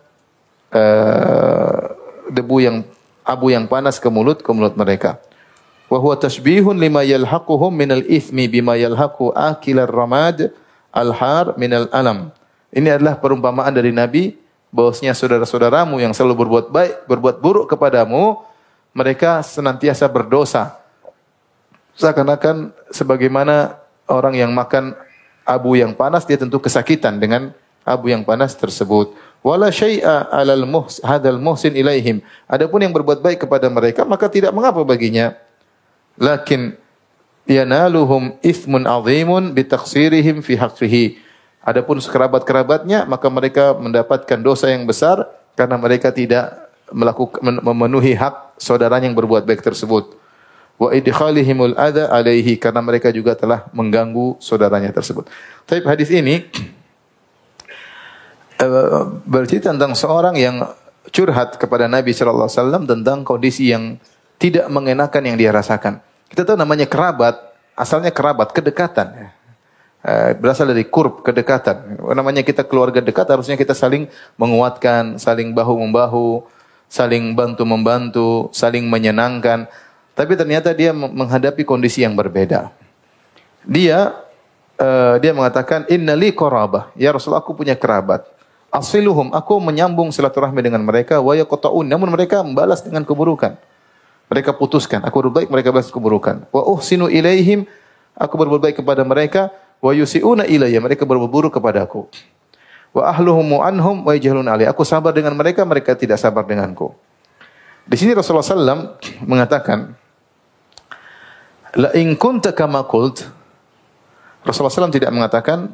abu yang panas ke mulut mereka. Wa huwa tashbihun lima yalhaquhum minal ithmi bima yalhaqu akilar ramad al-har minal alam. Ini adalah perumpamaan dari Nabi bahwasanya saudara-saudaramu yang selalu berbuat baik, berbuat buruk kepadamu, mereka senantiasa berdosa. Seakan-akan sebagaimana orang yang makan abu yang panas, dia tentu kesakitan dengan abu yang panas tersebut. Wala syai'a 'alal hadzal muhsin ilaihim. Adapun yang berbuat baik kepada mereka, maka tidak mengapa baginya. Lakin yanaluhum ithmun 'azimun bi taqsirihim fi haqqihi. Adapun kerabat-kerabatnya, maka mereka mendapatkan dosa yang besar karena mereka tidak memenuhi hak saudaranya yang berbuat baik tersebut. Wa idkhalihimul adza alaihi, karena mereka juga telah mengganggu saudaranya tersebut. Tapi hadis ini bercerita tentang seorang yang curhat kepada Nabi sallallahu alaihi wasallam tentang kondisi yang tidak mengenakan yang dia rasakan. Kita tahu namanya kerabat, asalnya kerabat, kedekatan. Berasal dari kurb, kedekatan. Namanya kita keluarga dekat, harusnya kita saling menguatkan, saling bahu-membahu, saling bantu-membantu, saling menyenangkan. Tapi ternyata dia menghadapi kondisi yang berbeda. Dia mengatakan, innali qarabah, ya Rasulullah, aku punya kerabat. Asiluhum, aku menyambung silaturahmi dengan mereka, wa yaqta'un, namun mereka membalas dengan keburukan. Mereka putuskan, aku berbuat baik, mereka balas keburukan. Wa uhsinu ilaihim, aku berbuat baik kepada mereka, wa yusi'una ilayya, mereka berbuat buruk kepadaku. Wa ahluhum anhum wa yajhalun alai, aku sabar dengan mereka, mereka tidak sabar denganku. Di sini Rasulullah SAW mengatakan, la in kunta kama qult, Rasulullah SAW tidak mengatakan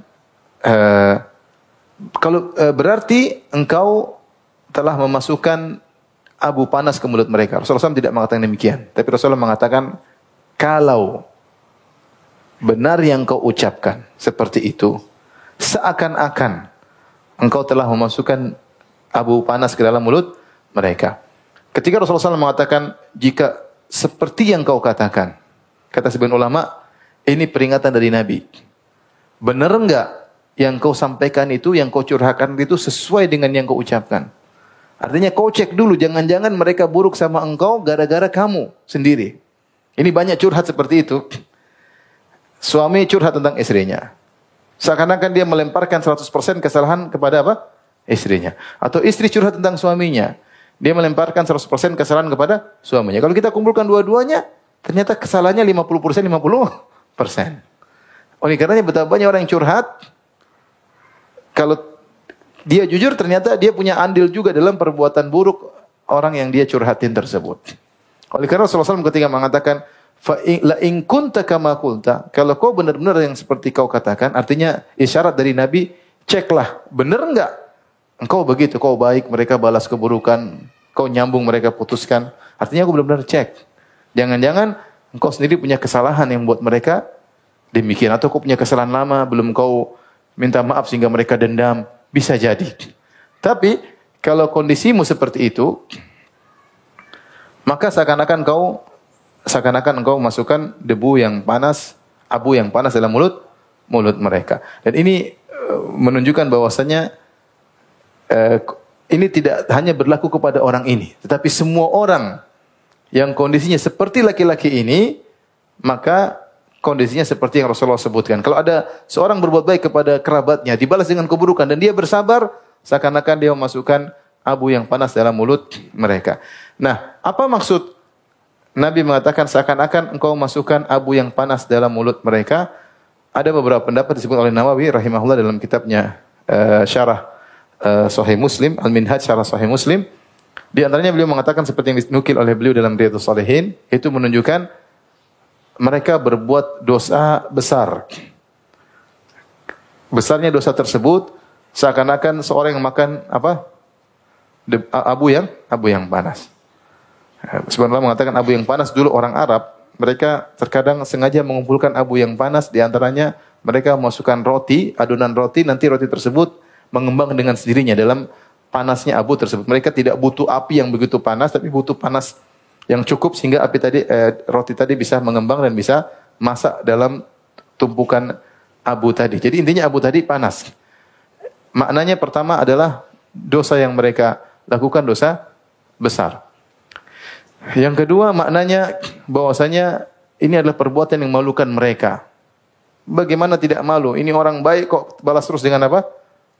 berarti engkau telah memasukkan abu panas ke mulut mereka. Rasulullah SAW tidak mengatakan demikian, tapi Rasulullah mengatakan kalau benar yang kau ucapkan seperti itu, seakan-akan engkau telah memasukkan abu panas ke dalam mulut mereka. Ketika Rasulullah SAW mengatakan, jika seperti yang kau katakan, kata sebagian ulama, ini peringatan dari Nabi. Benar enggak yang kau sampaikan itu, yang kau curhatkan itu sesuai dengan yang kau ucapkan? Artinya kau cek dulu, jangan-jangan mereka buruk sama engkau gara-gara kamu sendiri. Ini banyak curhat seperti itu. Suami curhat tentang istrinya. Seakan-akan dia melemparkan 100% kesalahan kepada apa? Istrinya. Atau istri curhat tentang suaminya. Dia melemparkan 100% kesalahan kepada suaminya. Kalau kita kumpulkan dua-duanya, ternyata kesalahannya 50%, 50%. Oleh karenanya betapa banyak orang yang curhat, kalau dia jujur ternyata dia punya andil juga dalam perbuatan buruk orang yang dia curhatin tersebut. Oleh karena Rasulullah SAW ketika mengatakan, la in kunta kama qulta, kalau kau benar-benar yang seperti kau katakan, artinya isyarat dari Nabi, ceklah, benar enggak? Engkau begitu, kau baik, mereka balas keburukan, kau nyambung, mereka putuskan. Artinya aku benar-benar cek. Jangan-jangan engkau sendiri punya kesalahan yang buat mereka demikian, atau kau punya kesalahan lama, belum kau minta maaf sehingga mereka dendam. Bisa jadi. Tapi kalau kondisimu seperti itu, maka seakan-akan engkau masukkan debu yang panas, abu yang panas dalam mulut mereka. Dan ini menunjukkan bahwasanya ini tidak hanya berlaku kepada orang ini, tetapi semua orang yang kondisinya seperti laki-laki ini, maka kondisinya seperti yang Rasulullah sebutkan. Kalau ada seorang berbuat baik kepada kerabatnya, dibalas dengan keburukan, dan dia bersabar, seakan-akan dia memasukkan abu yang panas dalam mulut mereka. Nah, apa maksud Nabi mengatakan seakan-akan engkau masukkan abu yang panas dalam mulut mereka? Ada beberapa pendapat disebut oleh Nawawi rahimahullah dalam kitabnya Syarah Sahih Muslim, Al-Minhaj Syarah Sahih Muslim. Di antaranya beliau mengatakan seperti yang dinukil oleh beliau dalam Riyadhus Shalihin, itu menunjukkan mereka berbuat dosa besar. Besarnya dosa tersebut seakan-akan seorang yang makan apa? Abu yang panas. Sebenarnya mengatakan abu yang panas, dulu orang Arab, mereka terkadang sengaja mengumpulkan abu yang panas, di antaranya mereka memasukkan roti, adonan roti, nanti roti tersebut mengembang dengan sendirinya dalam panasnya abu tersebut. Mereka tidak butuh api yang begitu panas, tapi butuh panas yang cukup sehingga roti tadi bisa mengembang dan bisa masak dalam tumpukan abu tadi. Jadi intinya abu tadi panas. Maknanya pertama adalah dosa yang mereka lakukan dosa besar. Yang kedua maknanya bahwasanya ini adalah perbuatan yang memalukan mereka. Bagaimana tidak malu? Ini orang baik kok balas terus dengan apa?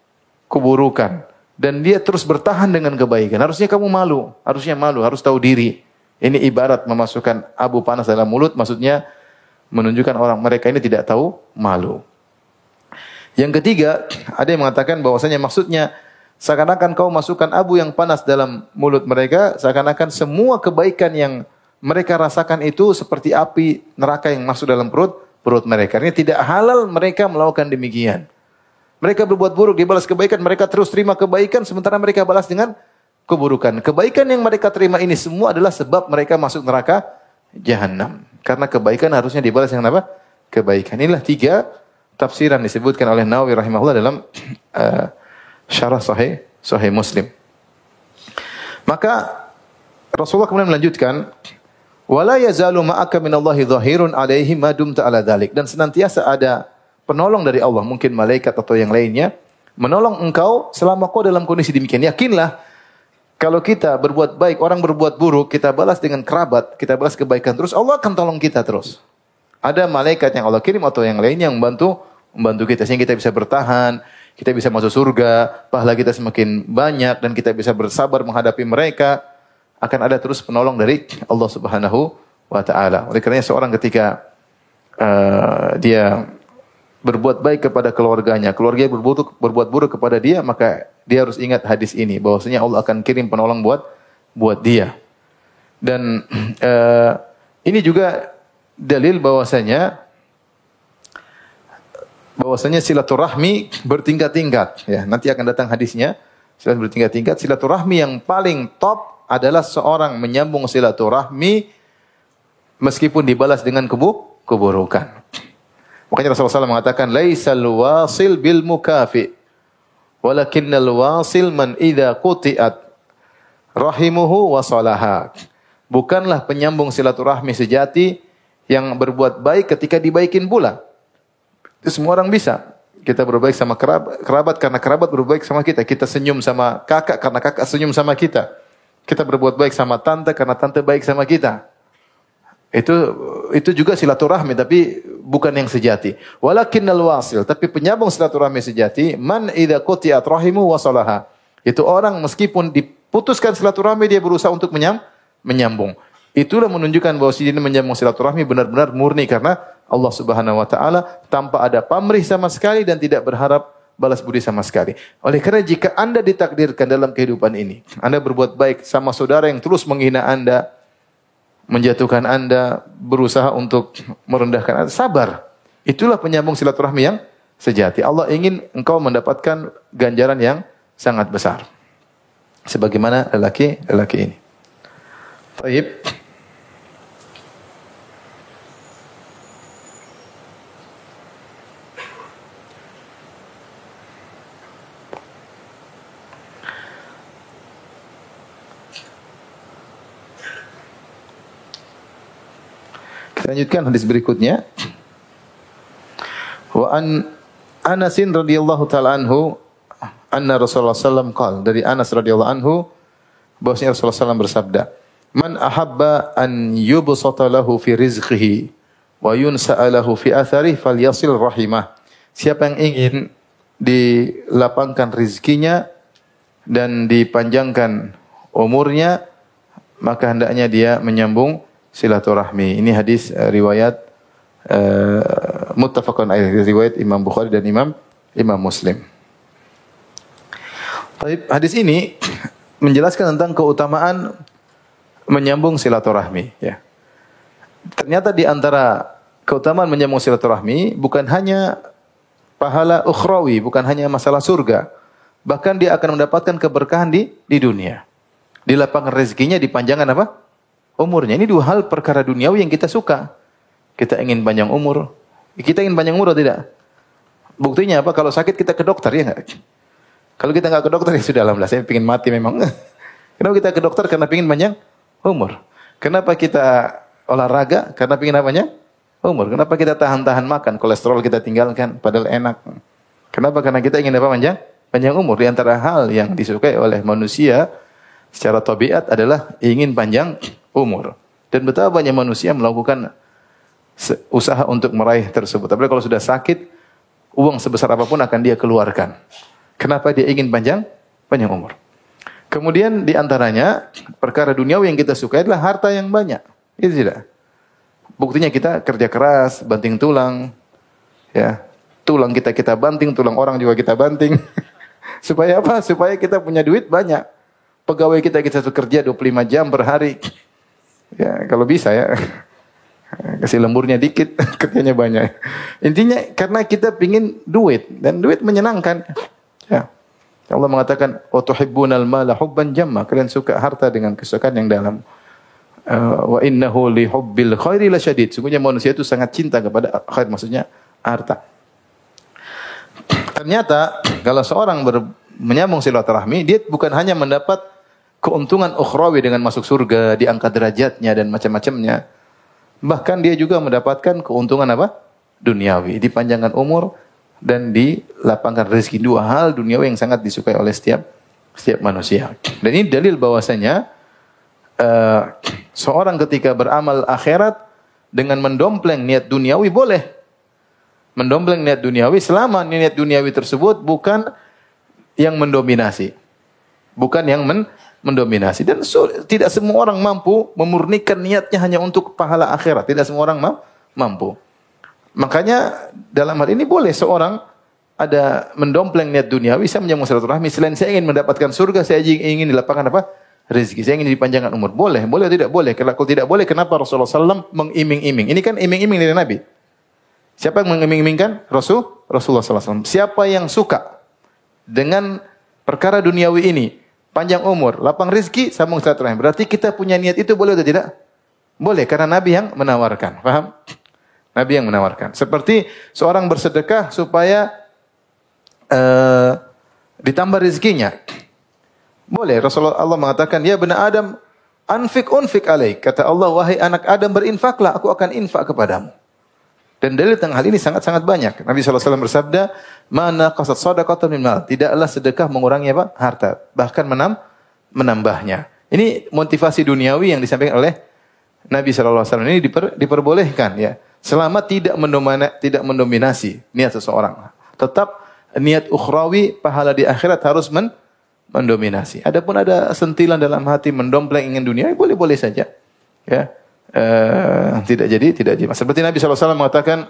keburukan dan dia terus bertahan dengan kebaikan. Harusnya kamu malu, harus tahu diri. Ini ibarat memasukkan abu panas dalam mulut, maksudnya menunjukkan orang mereka ini tidak tahu malu. Yang ketiga, ada yang mengatakan bahwasanya maksudnya seakan-akan kau masukkan abu yang panas dalam mulut mereka, seakan-akan semua kebaikan yang mereka rasakan itu seperti api neraka yang masuk dalam perut mereka. Ini tidak halal mereka melakukan demikian. Mereka berbuat buruk, dibalas kebaikan, mereka terus terima kebaikan, sementara mereka balas dengan keburukan. Kebaikan yang mereka terima ini semua adalah sebab mereka masuk neraka Jahannam. Karena kebaikan harusnya dibalas dengan apa? Kebaikan. Inilah 3 tafsiran disebutkan oleh Nawawi rahimahullah dalam syarah Sahih Muslim. Maka Rasulullah kemudian melanjutkan, wala yazalu ma'aka minallahi dhahirun 'alaihi ma dumta 'ala dzalik, dan senantiasa ada penolong dari Allah, mungkin malaikat atau yang lainnya, menolong engkau selama kau dalam kondisi demikian. Yakinlah, kalau kita berbuat baik, orang berbuat buruk, kita balas dengan kerabat, kita balas kebaikan terus, Allah akan tolong kita terus. Ada malaikat yang Allah kirim atau yang lainnya yang membantu kita, sehingga kita bisa bertahan, kita bisa masuk surga, pahala kita semakin banyak, dan kita bisa bersabar menghadapi mereka. Akan ada terus penolong dari Allah Subhanahu wa Ta'ala. Oleh karenanya seorang ketika dia berbuat baik kepada keluarganya berbuat buruk kepada dia, maka dia harus ingat hadis ini, bahwasanya Allah akan kirim penolong buat dia. Dan ini juga dalil bahwasanya silaturahmi bertingkat-tingkat. Ya, nanti akan datang hadisnya. Silaturahmi bertingkat-tingkat. Silaturahmi yang paling top adalah seorang menyambung silaturahmi meskipun dibalas dengan keburukan. Makanya Rasulullah SAW mengatakan, laisal wasil bil mukafi, walakinnal wasil man idza quti'at rahimuhu wa salaha. Bukanlah penyambung silaturahmi sejati yang berbuat baik ketika dibaikin pula. Itu semua orang bisa. Kita berbaik sama kerabat karena kerabat berbaik sama kita. Kita senyum sama kakak karena kakak senyum sama kita. Kita berbuat baik sama tante karena tante baik sama kita. Itu juga silaturahmi, tapi bukan yang sejati. Walakinnal wasil, tapi penyambung silaturahmi sejati, man idza quti'at rahimu wa salaha. Itu orang meskipun diputuskan silaturahmi, dia berusaha untuk menyambung. Itulah menunjukkan bahwa si menyambung silaturahmi benar-benar murni karena Allah Subhanahu wa Ta'ala, tanpa ada pamrih sama sekali dan tidak berharap balas budi sama sekali. Oleh karena jika Anda ditakdirkan dalam kehidupan ini, Anda berbuat baik sama saudara yang terus menghina Anda, menjatuhkan Anda, berusaha untuk merendahkan Anda, sabar. Itulah penyambung silaturahmi yang sejati. Allah ingin engkau mendapatkan ganjaran yang sangat besar. Sebagaimana lelaki ini. Baik. Kita lanjutkan hadis berikutnya. Wa an Anasin radhiyallahu taala anhu anna Rasulullah sallallahu alaihi wasallam dari Anas radhiyallahu anhu bahwasanya Rasulullah sallallahu bersabda, "Man ahabba an yubsata lahu fi rizqihi wa yunsa'a lahu fi atharihi falyasil rahimah." Siapa yang ingin dilapangkan rezekinya dan dipanjangkan umurnya, maka hendaknya dia menyambung silaturahmi. Ini hadis riwayat muttafaqun alaih, riwayat Imam Bukhari dan Imam Muslim. Hadis ini menjelaskan tentang keutamaan menyambung silaturahmi. Ya. Ternyata di antara keutamaan menyambung silaturahmi bukan hanya pahala ukhrawi, bukan hanya masalah surga, bahkan dia akan mendapatkan keberkahan di dunia. Dilapangkan rezekinya, dipanjangkan apa? Umurnya. Ini dua hal perkara duniawi yang kita suka. Kita ingin panjang umur. Kita ingin panjang umur atau tidak? Buktinya apa? Kalau sakit kita ke dokter, ya enggak? Kalau kita enggak ke dokter, ya sudah, alhamdulillah, saya ingin mati memang. Kenapa kita ke dokter? Karena ingin panjang umur. Kenapa kita olahraga? Karena ingin apanya? Umur. Kenapa kita tahan-tahan makan? Kolesterol kita tinggalkan, padahal enak. Kenapa? Karena kita ingin apa? Panjang umur. Di antara hal yang disukai oleh manusia secara tabiat adalah ingin panjang umur. Dan betapa banyak manusia melakukan usaha untuk meraih tersebut. Tapi kalau sudah sakit, uang sebesar apapun akan dia keluarkan. Kenapa dia ingin panjang umur? Kemudian di antaranya perkara duniawi yang kita suka adalah harta yang banyak. Itu tidak. Buktinya kita kerja keras, banting tulang, ya. Tulang kita banting, tulang orang juga kita banting. Supaya apa? Supaya kita punya duit banyak. Pegawai kita kerja 25 jam per hari. Ya, kalau bisa ya. Kasih lemburnya dikit, kerjanya banyak. Intinya karena kita pingin duit dan duit menyenangkan. Ya. Allah mengatakan, "Wa tuhibbunal mala hubban jamma." Kalian suka harta dengan kesukaan yang dalam. Wa innahu li hubbil khairi lasyadid. Sungguhnya manusia itu sangat cinta kepada khair, maksudnya harta. Ternyata kalau seorang menyambung silaturahmi, dia bukan hanya mendapat keuntungan ukhrawi dengan masuk surga, diangkat derajatnya dan macam-macamnya. Bahkan dia juga mendapatkan keuntungan apa? Duniawi, dipanjangkan umur dan dilapangkan rezeki. Dua hal duniawi yang sangat disukai oleh setiap manusia. Dan ini dalil bahwasanya seorang ketika beramal akhirat dengan mendompleng niat duniawi boleh. Mendompleng niat duniawi selama niat duniawi tersebut bukan yang mendominasi. Bukan yang mendominasi. Dan tidak semua orang mampu memurnikan niatnya hanya untuk pahala akhirat. Tidak semua orang mampu. Makanya dalam hal ini boleh seorang ada mendompleng niat duniawi, saya menyambung silaturahmi. Selain saya ingin mendapatkan surga, saya ingin dilapangkan apa? Rezeki. Saya ingin dipanjangkan umur. Boleh atau tidak boleh? Kalau tidak boleh, kenapa Rasulullah SAW mengiming-iming? Ini kan iming-iming dari Nabi. Siapa yang mengiming-imingkan? Rasulullah SAW. Siapa yang suka dengan perkara duniawi ini, panjang umur, lapang rezeki, sambung silaturahmi. Berarti kita punya niat itu boleh atau tidak? Boleh, karena Nabi yang menawarkan. Paham? Nabi yang menawarkan. Seperti seorang bersedekah supaya ditambah rezekinya. Boleh. Rasulullah Allah mengatakan, "Ya bani Adam, unfik alaik." Kata Allah, "Wahai anak Adam, berinfaklah, aku akan infak kepadamu." Dan dalil tentang hal ini sangat-sangat banyak. Nabi SAW bersabda, "Mana qasad shadaqatan min mal." Tidaklah sedekah mengurangi apa? Harta, bahkan menambahnya. Ini motivasi duniawi yang disampaikan oleh Nabi SAW. Ini diperbolehkan ya. Selama tidak mendominasi niat seseorang. Tetap niat ukhrawi, pahala di akhirat harus mendominasi. Adapun ada sentilan dalam hati mendompleng ingin dunia, boleh-boleh saja. Ya. Tidak jadi. Seperti Nabi SAW mengatakan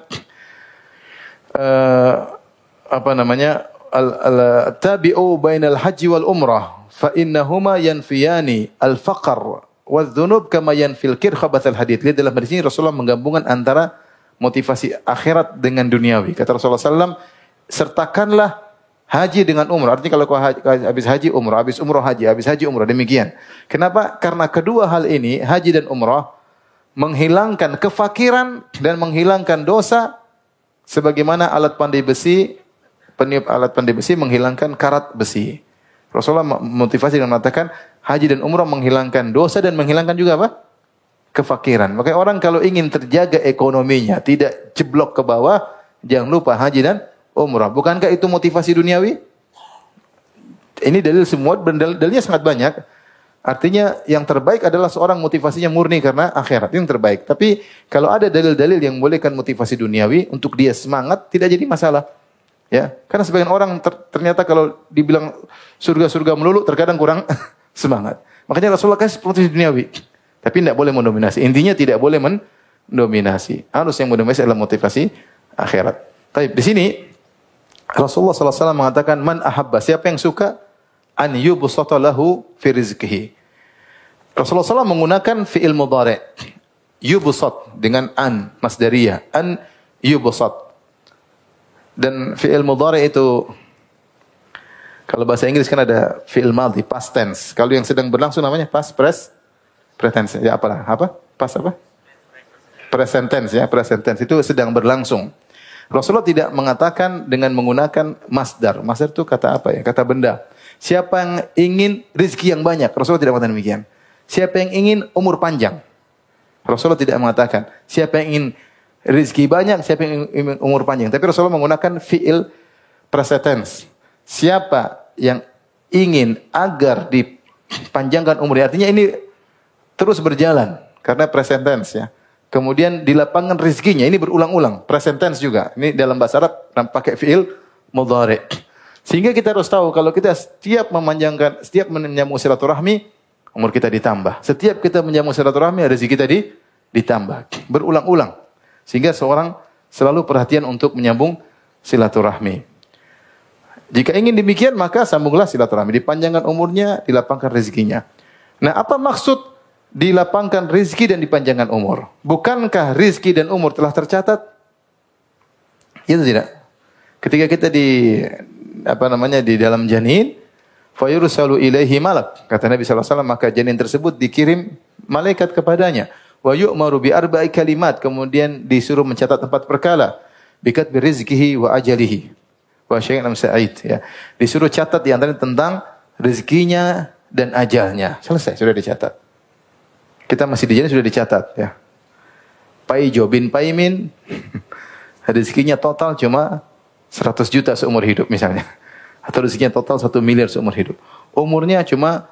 tabi'u bainal haji wal umrah fa innahuma yanfiyani al-faqr wadh-dhunub kama yanfil khabathal hadid. Lihat dalam hadis ini Rasulullah menggabungkan antara motivasi akhirat dengan duniawi. Kata Rasulullah SAW, sertakanlah haji dengan umrah. Artinya kalau habis haji umrah, habis umrah haji, habis haji umrah. Demikian. Kenapa? Karena kedua hal ini, haji dan umrah, menghilangkan kefakiran dan menghilangkan dosa sebagaimana alat pandai besi, peniup alat pandai besi menghilangkan karat besi. Rasulullah motivasi dengan mengatakan haji dan umrah menghilangkan dosa dan menghilangkan juga apa? Kefakiran. Makanya orang kalau ingin terjaga ekonominya, tidak jeblok ke bawah, jangan lupa haji dan umrah. Bukankah itu motivasi duniawi? Ini dalil semua, dalilnya sangat banyak. Artinya yang terbaik adalah seorang motivasinya murni karena akhirat. Ini yang terbaik. Tapi kalau ada dalil-dalil yang membolehkan motivasi duniawi untuk dia semangat, tidak jadi masalah. Ya, karena sebagian orang ternyata kalau dibilang surga-surga melulu terkadang kurang semangat. Makanya Rasulullah kasih motivasi duniawi. Tapi tidak boleh mendominasi. Intinya tidak boleh mendominasi. Harus yang mendominasi adalah motivasi akhirat. Tapi di sini Rasulullah SAW mengatakan, "Man ahabba," siapa yang suka, an yubsata lahu fi rizqihi. Rasulullah SAW menggunakan fi'il mudhari'. Yubsat dengan an, masdariyah. An yubsat. Dan fi'il mudhari' itu, kalau bahasa Inggris kan ada fi'il madhi, past tense. Kalau yang sedang berlangsung namanya past present tense. Ya apalah? Apa? Past apa? Present tense ya, present tense. Itu sedang berlangsung. Rasulullah tidak mengatakan dengan menggunakan masdar. Masdar itu kata apa ya? Kata benda. Siapa yang ingin rizki yang banyak? Rasulullah tidak mengatakan demikian. Siapa yang ingin umur panjang? Rasulullah tidak mengatakan. Siapa yang ingin rizki banyak? Siapa yang ingin umur panjang? Tapi Rasulullah menggunakan fi'il present tense. Siapa yang ingin agar dipanjangkan umurnya? Artinya ini terus berjalan. Karena present tense ya. Kemudian dilapangkan rezekinya. Ini berulang-ulang. Present tense juga. Ini dalam bahasa Arab pakai fi'il mudhari'. Sehingga kita harus tahu kalau kita setiap menyambung silaturahmi, umur kita ditambah. Setiap kita menyambung silaturahmi, rezeki kita ditambah. Berulang-ulang. Sehingga seorang selalu perhatian untuk menyambung silaturahmi. Jika ingin demikian, maka sambunglah silaturahmi. Dipanjangkan umurnya, dilapangkan rezekinya. Nah, apa maksud dilapangkan rezeki dan dipanjangkan umur? Bukankah rezeki dan umur telah tercatat? Itu tidak. Ketika kita di dalam janin, fayursalu ilaihi malak. Kata Nabi SAW, maka janin tersebut dikirim malaikat kepadanya. Wa yu'maru bi arba'i kalimat. Kemudian disuruh mencatat 4 perkara. Bikat bi rizkihi wa ajalihi. Wa syai'an sa'id. Ya. Disuruh catat di antaranya tentang rezekinya dan ajalnya. Selesai, sudah dicatat. Kita masih di janin sudah dicatat. Ya. Paijo bin Paimin. Rezekinya total cuma 100 juta seumur hidup misalnya. Atau rezekinya total 1 miliar seumur hidup. Umurnya cuma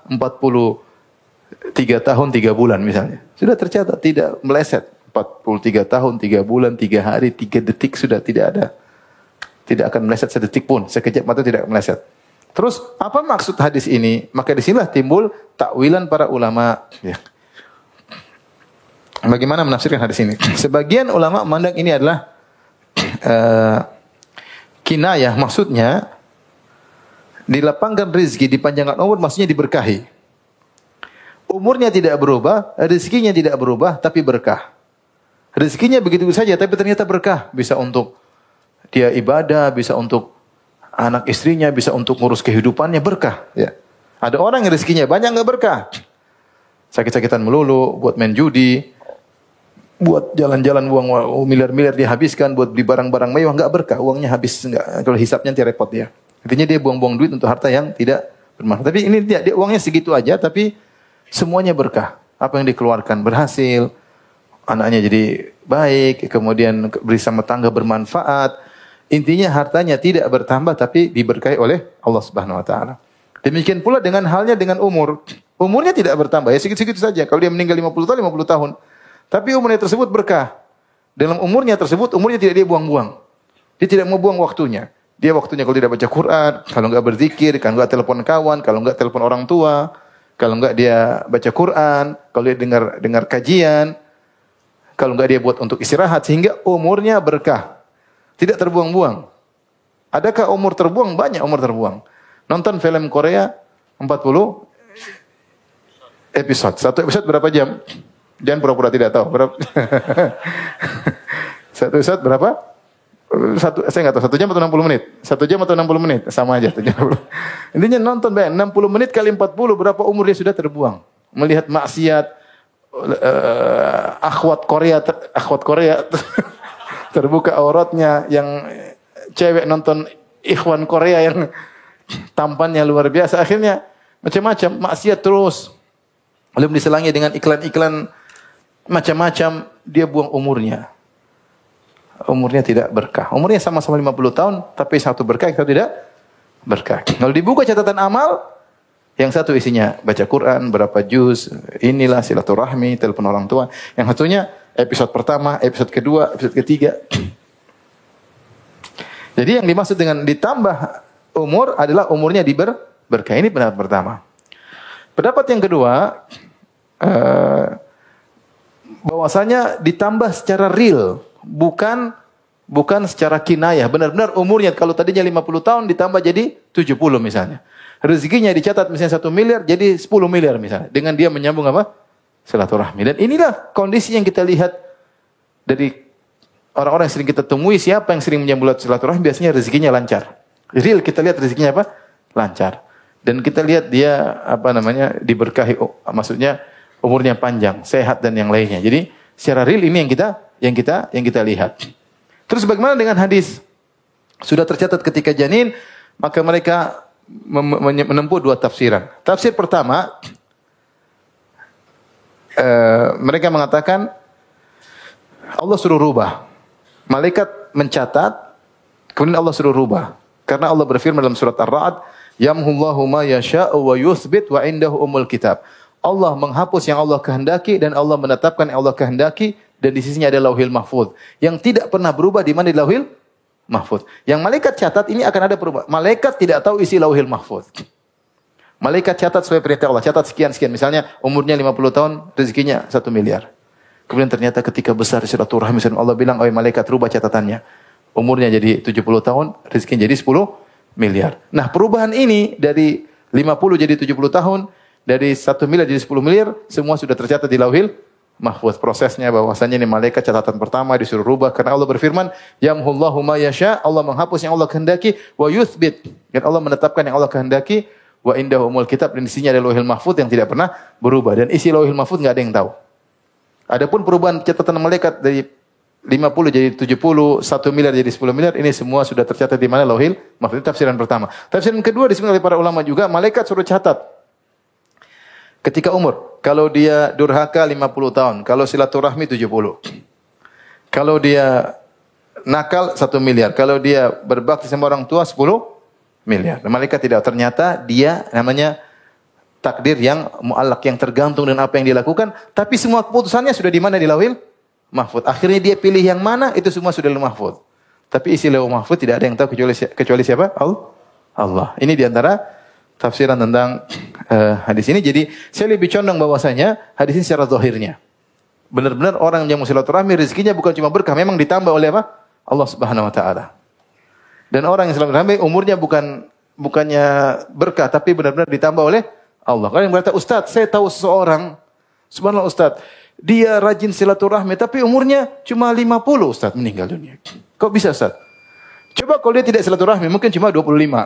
43 tahun 3 bulan misalnya. Sudah tercatat, tidak meleset. 43 tahun, 3 bulan, 3 hari, 3 detik sudah tidak ada. Tidak akan meleset sedetik pun. Sekejap mata tidak meleset. Terus, apa maksud hadis ini? Maka disinilah timbul takwilan para ulama. Ya. Bagaimana menafsirkan hadis ini? Sebagian ulama memandang ini adalah kinayah, maksudnya dilapangkan rezeki, dipanjangkan umur, maksudnya diberkahi. Umurnya tidak berubah, rezekinya tidak berubah, tapi berkah. Rezekinya begitu saja, tapi ternyata berkah. Bisa untuk dia ibadah, bisa untuk anak istrinya, bisa untuk ngurus kehidupannya, berkah. Ya. Ada orang yang rezekinya banyak nggak berkah. Sakit-sakitan melulu, buat main judi, buat jalan-jalan uang miliar-miliar dihabiskan, buat beli barang-barang mewah, nggak berkah. Uangnya habis, nggak. Kalau hisapnya nanti repot dia. Artinya dia buang-buang duit untuk harta yang tidak bermanfaat. Tapi ini dia uangnya segitu aja, tapi semuanya berkah. Apa yang dikeluarkan berhasil, anaknya jadi baik, kemudian bersama tangga bermanfaat. Intinya hartanya tidak bertambah, tapi diberkahi oleh Allah Subhanahu Wa Taala. Demikian pula dengan halnya dengan umur. Umurnya tidak bertambah, ya segitu-segitu saja. Kalau dia meninggal 50 tahun, 50 tahun. Tapi umurnya tersebut berkah. Dalam umurnya tersebut, umurnya tidak dia buang-buang. Dia tidak mau buang waktunya. Dia waktunya kalau tidak baca Quran, kalau enggak berzikir, kalau enggak telepon kawan, kalau enggak telepon orang tua, kalau enggak dia baca Quran, kalau dia dengar kajian, kalau enggak dia buat untuk istirahat, sehingga umurnya berkah. Tidak terbuang-buang. Adakah umur terbuang? Banyak umur terbuang. Nonton film Korea 40 episode. Satu episode berapa jam? Jangan pura-pura tidak tahu. Berapa? Satu episode berapa? Saya nggak tahu. 1 jam atau 60 menit? 1 jam atau 60 menit? Sama aja. 60. Intinya nonton, 60 menit kali 40, berapa umur dia sudah terbuang? Melihat maksiat, akhwat Korea terbuka auratnya, yang cewek nonton ikhwan Korea yang tampannya luar biasa. Akhirnya macam-macam maksiat terus. Belum diselangi dengan iklan-iklan macam-macam, dia buang umurnya. Umurnya tidak berkah. Umurnya sama-sama 50 tahun, tapi satu berkah, satu tidak berkah. Kalau dibuka catatan amal, yang satu isinya baca Quran, berapa juz, inilah silaturahmi, telepon orang tua. Yang satunya episode pertama, episode kedua, episode ketiga. Jadi yang dimaksud dengan ditambah umur adalah umurnya berkah. Ini pendapat pertama. Pendapat yang kedua, bahwasanya ditambah secara real, bukan secara kinayah. Benar-benar umurnya kalau tadinya 50 tahun ditambah jadi 70 misalnya. Rezekinya dicatat misalnya 1 miliar jadi 10 miliar misalnya. Dengan dia menyambung apa? Silaturahmi. Dan inilah kondisi yang kita lihat dari orang-orang yang sering kita temui. Siapa yang sering menyambung silaturahmi biasanya rezekinya lancar. Real kita lihat rezekinya apa? Lancar. Dan kita lihat dia diberkahi, maksudnya umurnya panjang, sehat dan yang lainnya. Jadi secara real ini yang kita lihat. Terus bagaimana dengan hadis? Sudah tercatat ketika janin, maka mereka menempuh 2 tafsiran. Tafsir pertama, mereka mengatakan Allah suruh rubah. Malaikat mencatat, kemudian Allah suruh rubah. Karena Allah berfirman dalam surat Ar-Ra'd, yamhullahu ma yasha'u wa yuthbit wa indahu umul kitab. Allah menghapus yang Allah kehendaki dan Allah menetapkan yang Allah kehendaki, dan di sisinya ada Lauhil Mahfuz. Yang tidak pernah berubah di mana? Di Lauhil mahfuz. Yang malaikat catat ini akan ada perubahan. Malaikat tidak tahu isi lauhil mahfuz. Malaikat catat sesuai perintah Allah. Catat sekian-sekian. Misalnya umurnya 50 tahun, rezekinya 1 miliar. Kemudian ternyata ketika besar silaturahmi, Allah bilang, "Oh malaikat, rubah catatannya." Umurnya jadi 70 tahun, rezekinya jadi 10 miliar. Nah, perubahan ini dari 50 jadi 70 tahun, dari 1 miliar jadi 10 miliar, semua sudah tercatat di lauhil mahfuz. Prosesnya bahwasanya ini malaikat catatan pertama disuruh rubah karena Allah berfirman, "Yamhullahu ma yasha." Allah menghapus yang Allah kehendaki, wa yuthbit. Dan Allah menetapkan yang Allah kehendaki, wa indahu umul kitab, dan isinya ada lauhil mahfuz yang tidak pernah berubah. Dan isi lauhil mahfuz enggak ada yang tahu. Adapun perubahan catatan malaikat dari 50 jadi 70, 1 miliar jadi 10 miliar, ini semua sudah tercatat di mana lauhil mahfuz. Itu tafsiran pertama. Tafsiran kedua disebut oleh para ulama juga, malaikat suruh catat ketika umur. Kalau dia durhaka 50 tahun, kalau silaturahmi 70. Kalau dia nakal 1 miliar, kalau dia berbakti sama orang tua 10 miliar. Malaikat tidak, ternyata dia namanya takdir yang mu'allaq, yang tergantung dengan apa yang dilakukan, tapi semua keputusannya sudah di mana? Di lauhil mahfuz. Akhirnya dia pilih yang mana, itu semua sudah di lauhil mahfuz. Tapi isi lauhil mahfuz tidak ada yang tahu kecuali siapa? Allah. Ini diantara tafsiran tentang hadis ini. Jadi saya lebih condong bahwasanya hadis ini secara zahirnya. Benar-benar orang yang silaturahmi rezekinya bukan cuma berkah, memang ditambah oleh apa? Allah Subhanahu wa taala. Dan orang yang silaturahmi umurnya bukannya berkah, tapi benar-benar ditambah oleh Allah. Kan yang berkata, "Ustaz, saya tahu seseorang, subhanallah Ustaz, dia rajin silaturahmi tapi umurnya cuma 50 Ustaz, meninggal dunia." Kok bisa Ustaz? Coba kalau dia tidak silaturahmi mungkin cuma 25.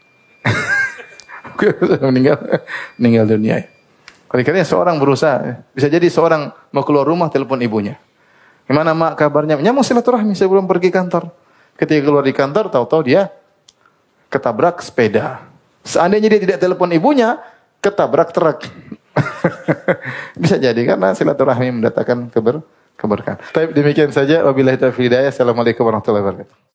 meninggal dunia. Karena seorang berusaha, bisa jadi seorang mau keluar rumah telepon ibunya. Gimana mak kabarnya? Mau silaturahmi sebelum pergi kantor. Ketika keluar di kantor, tahu-tahu dia ketabrak sepeda. Seandainya dia tidak telepon ibunya, ketabrak truk. Bisa jadi karena silaturahmi mendatangkan keberkahan. Baik, demikian saja. Wabillahi taufiq hidayah. Assalamualaikum warahmatullahi wabarakatuh.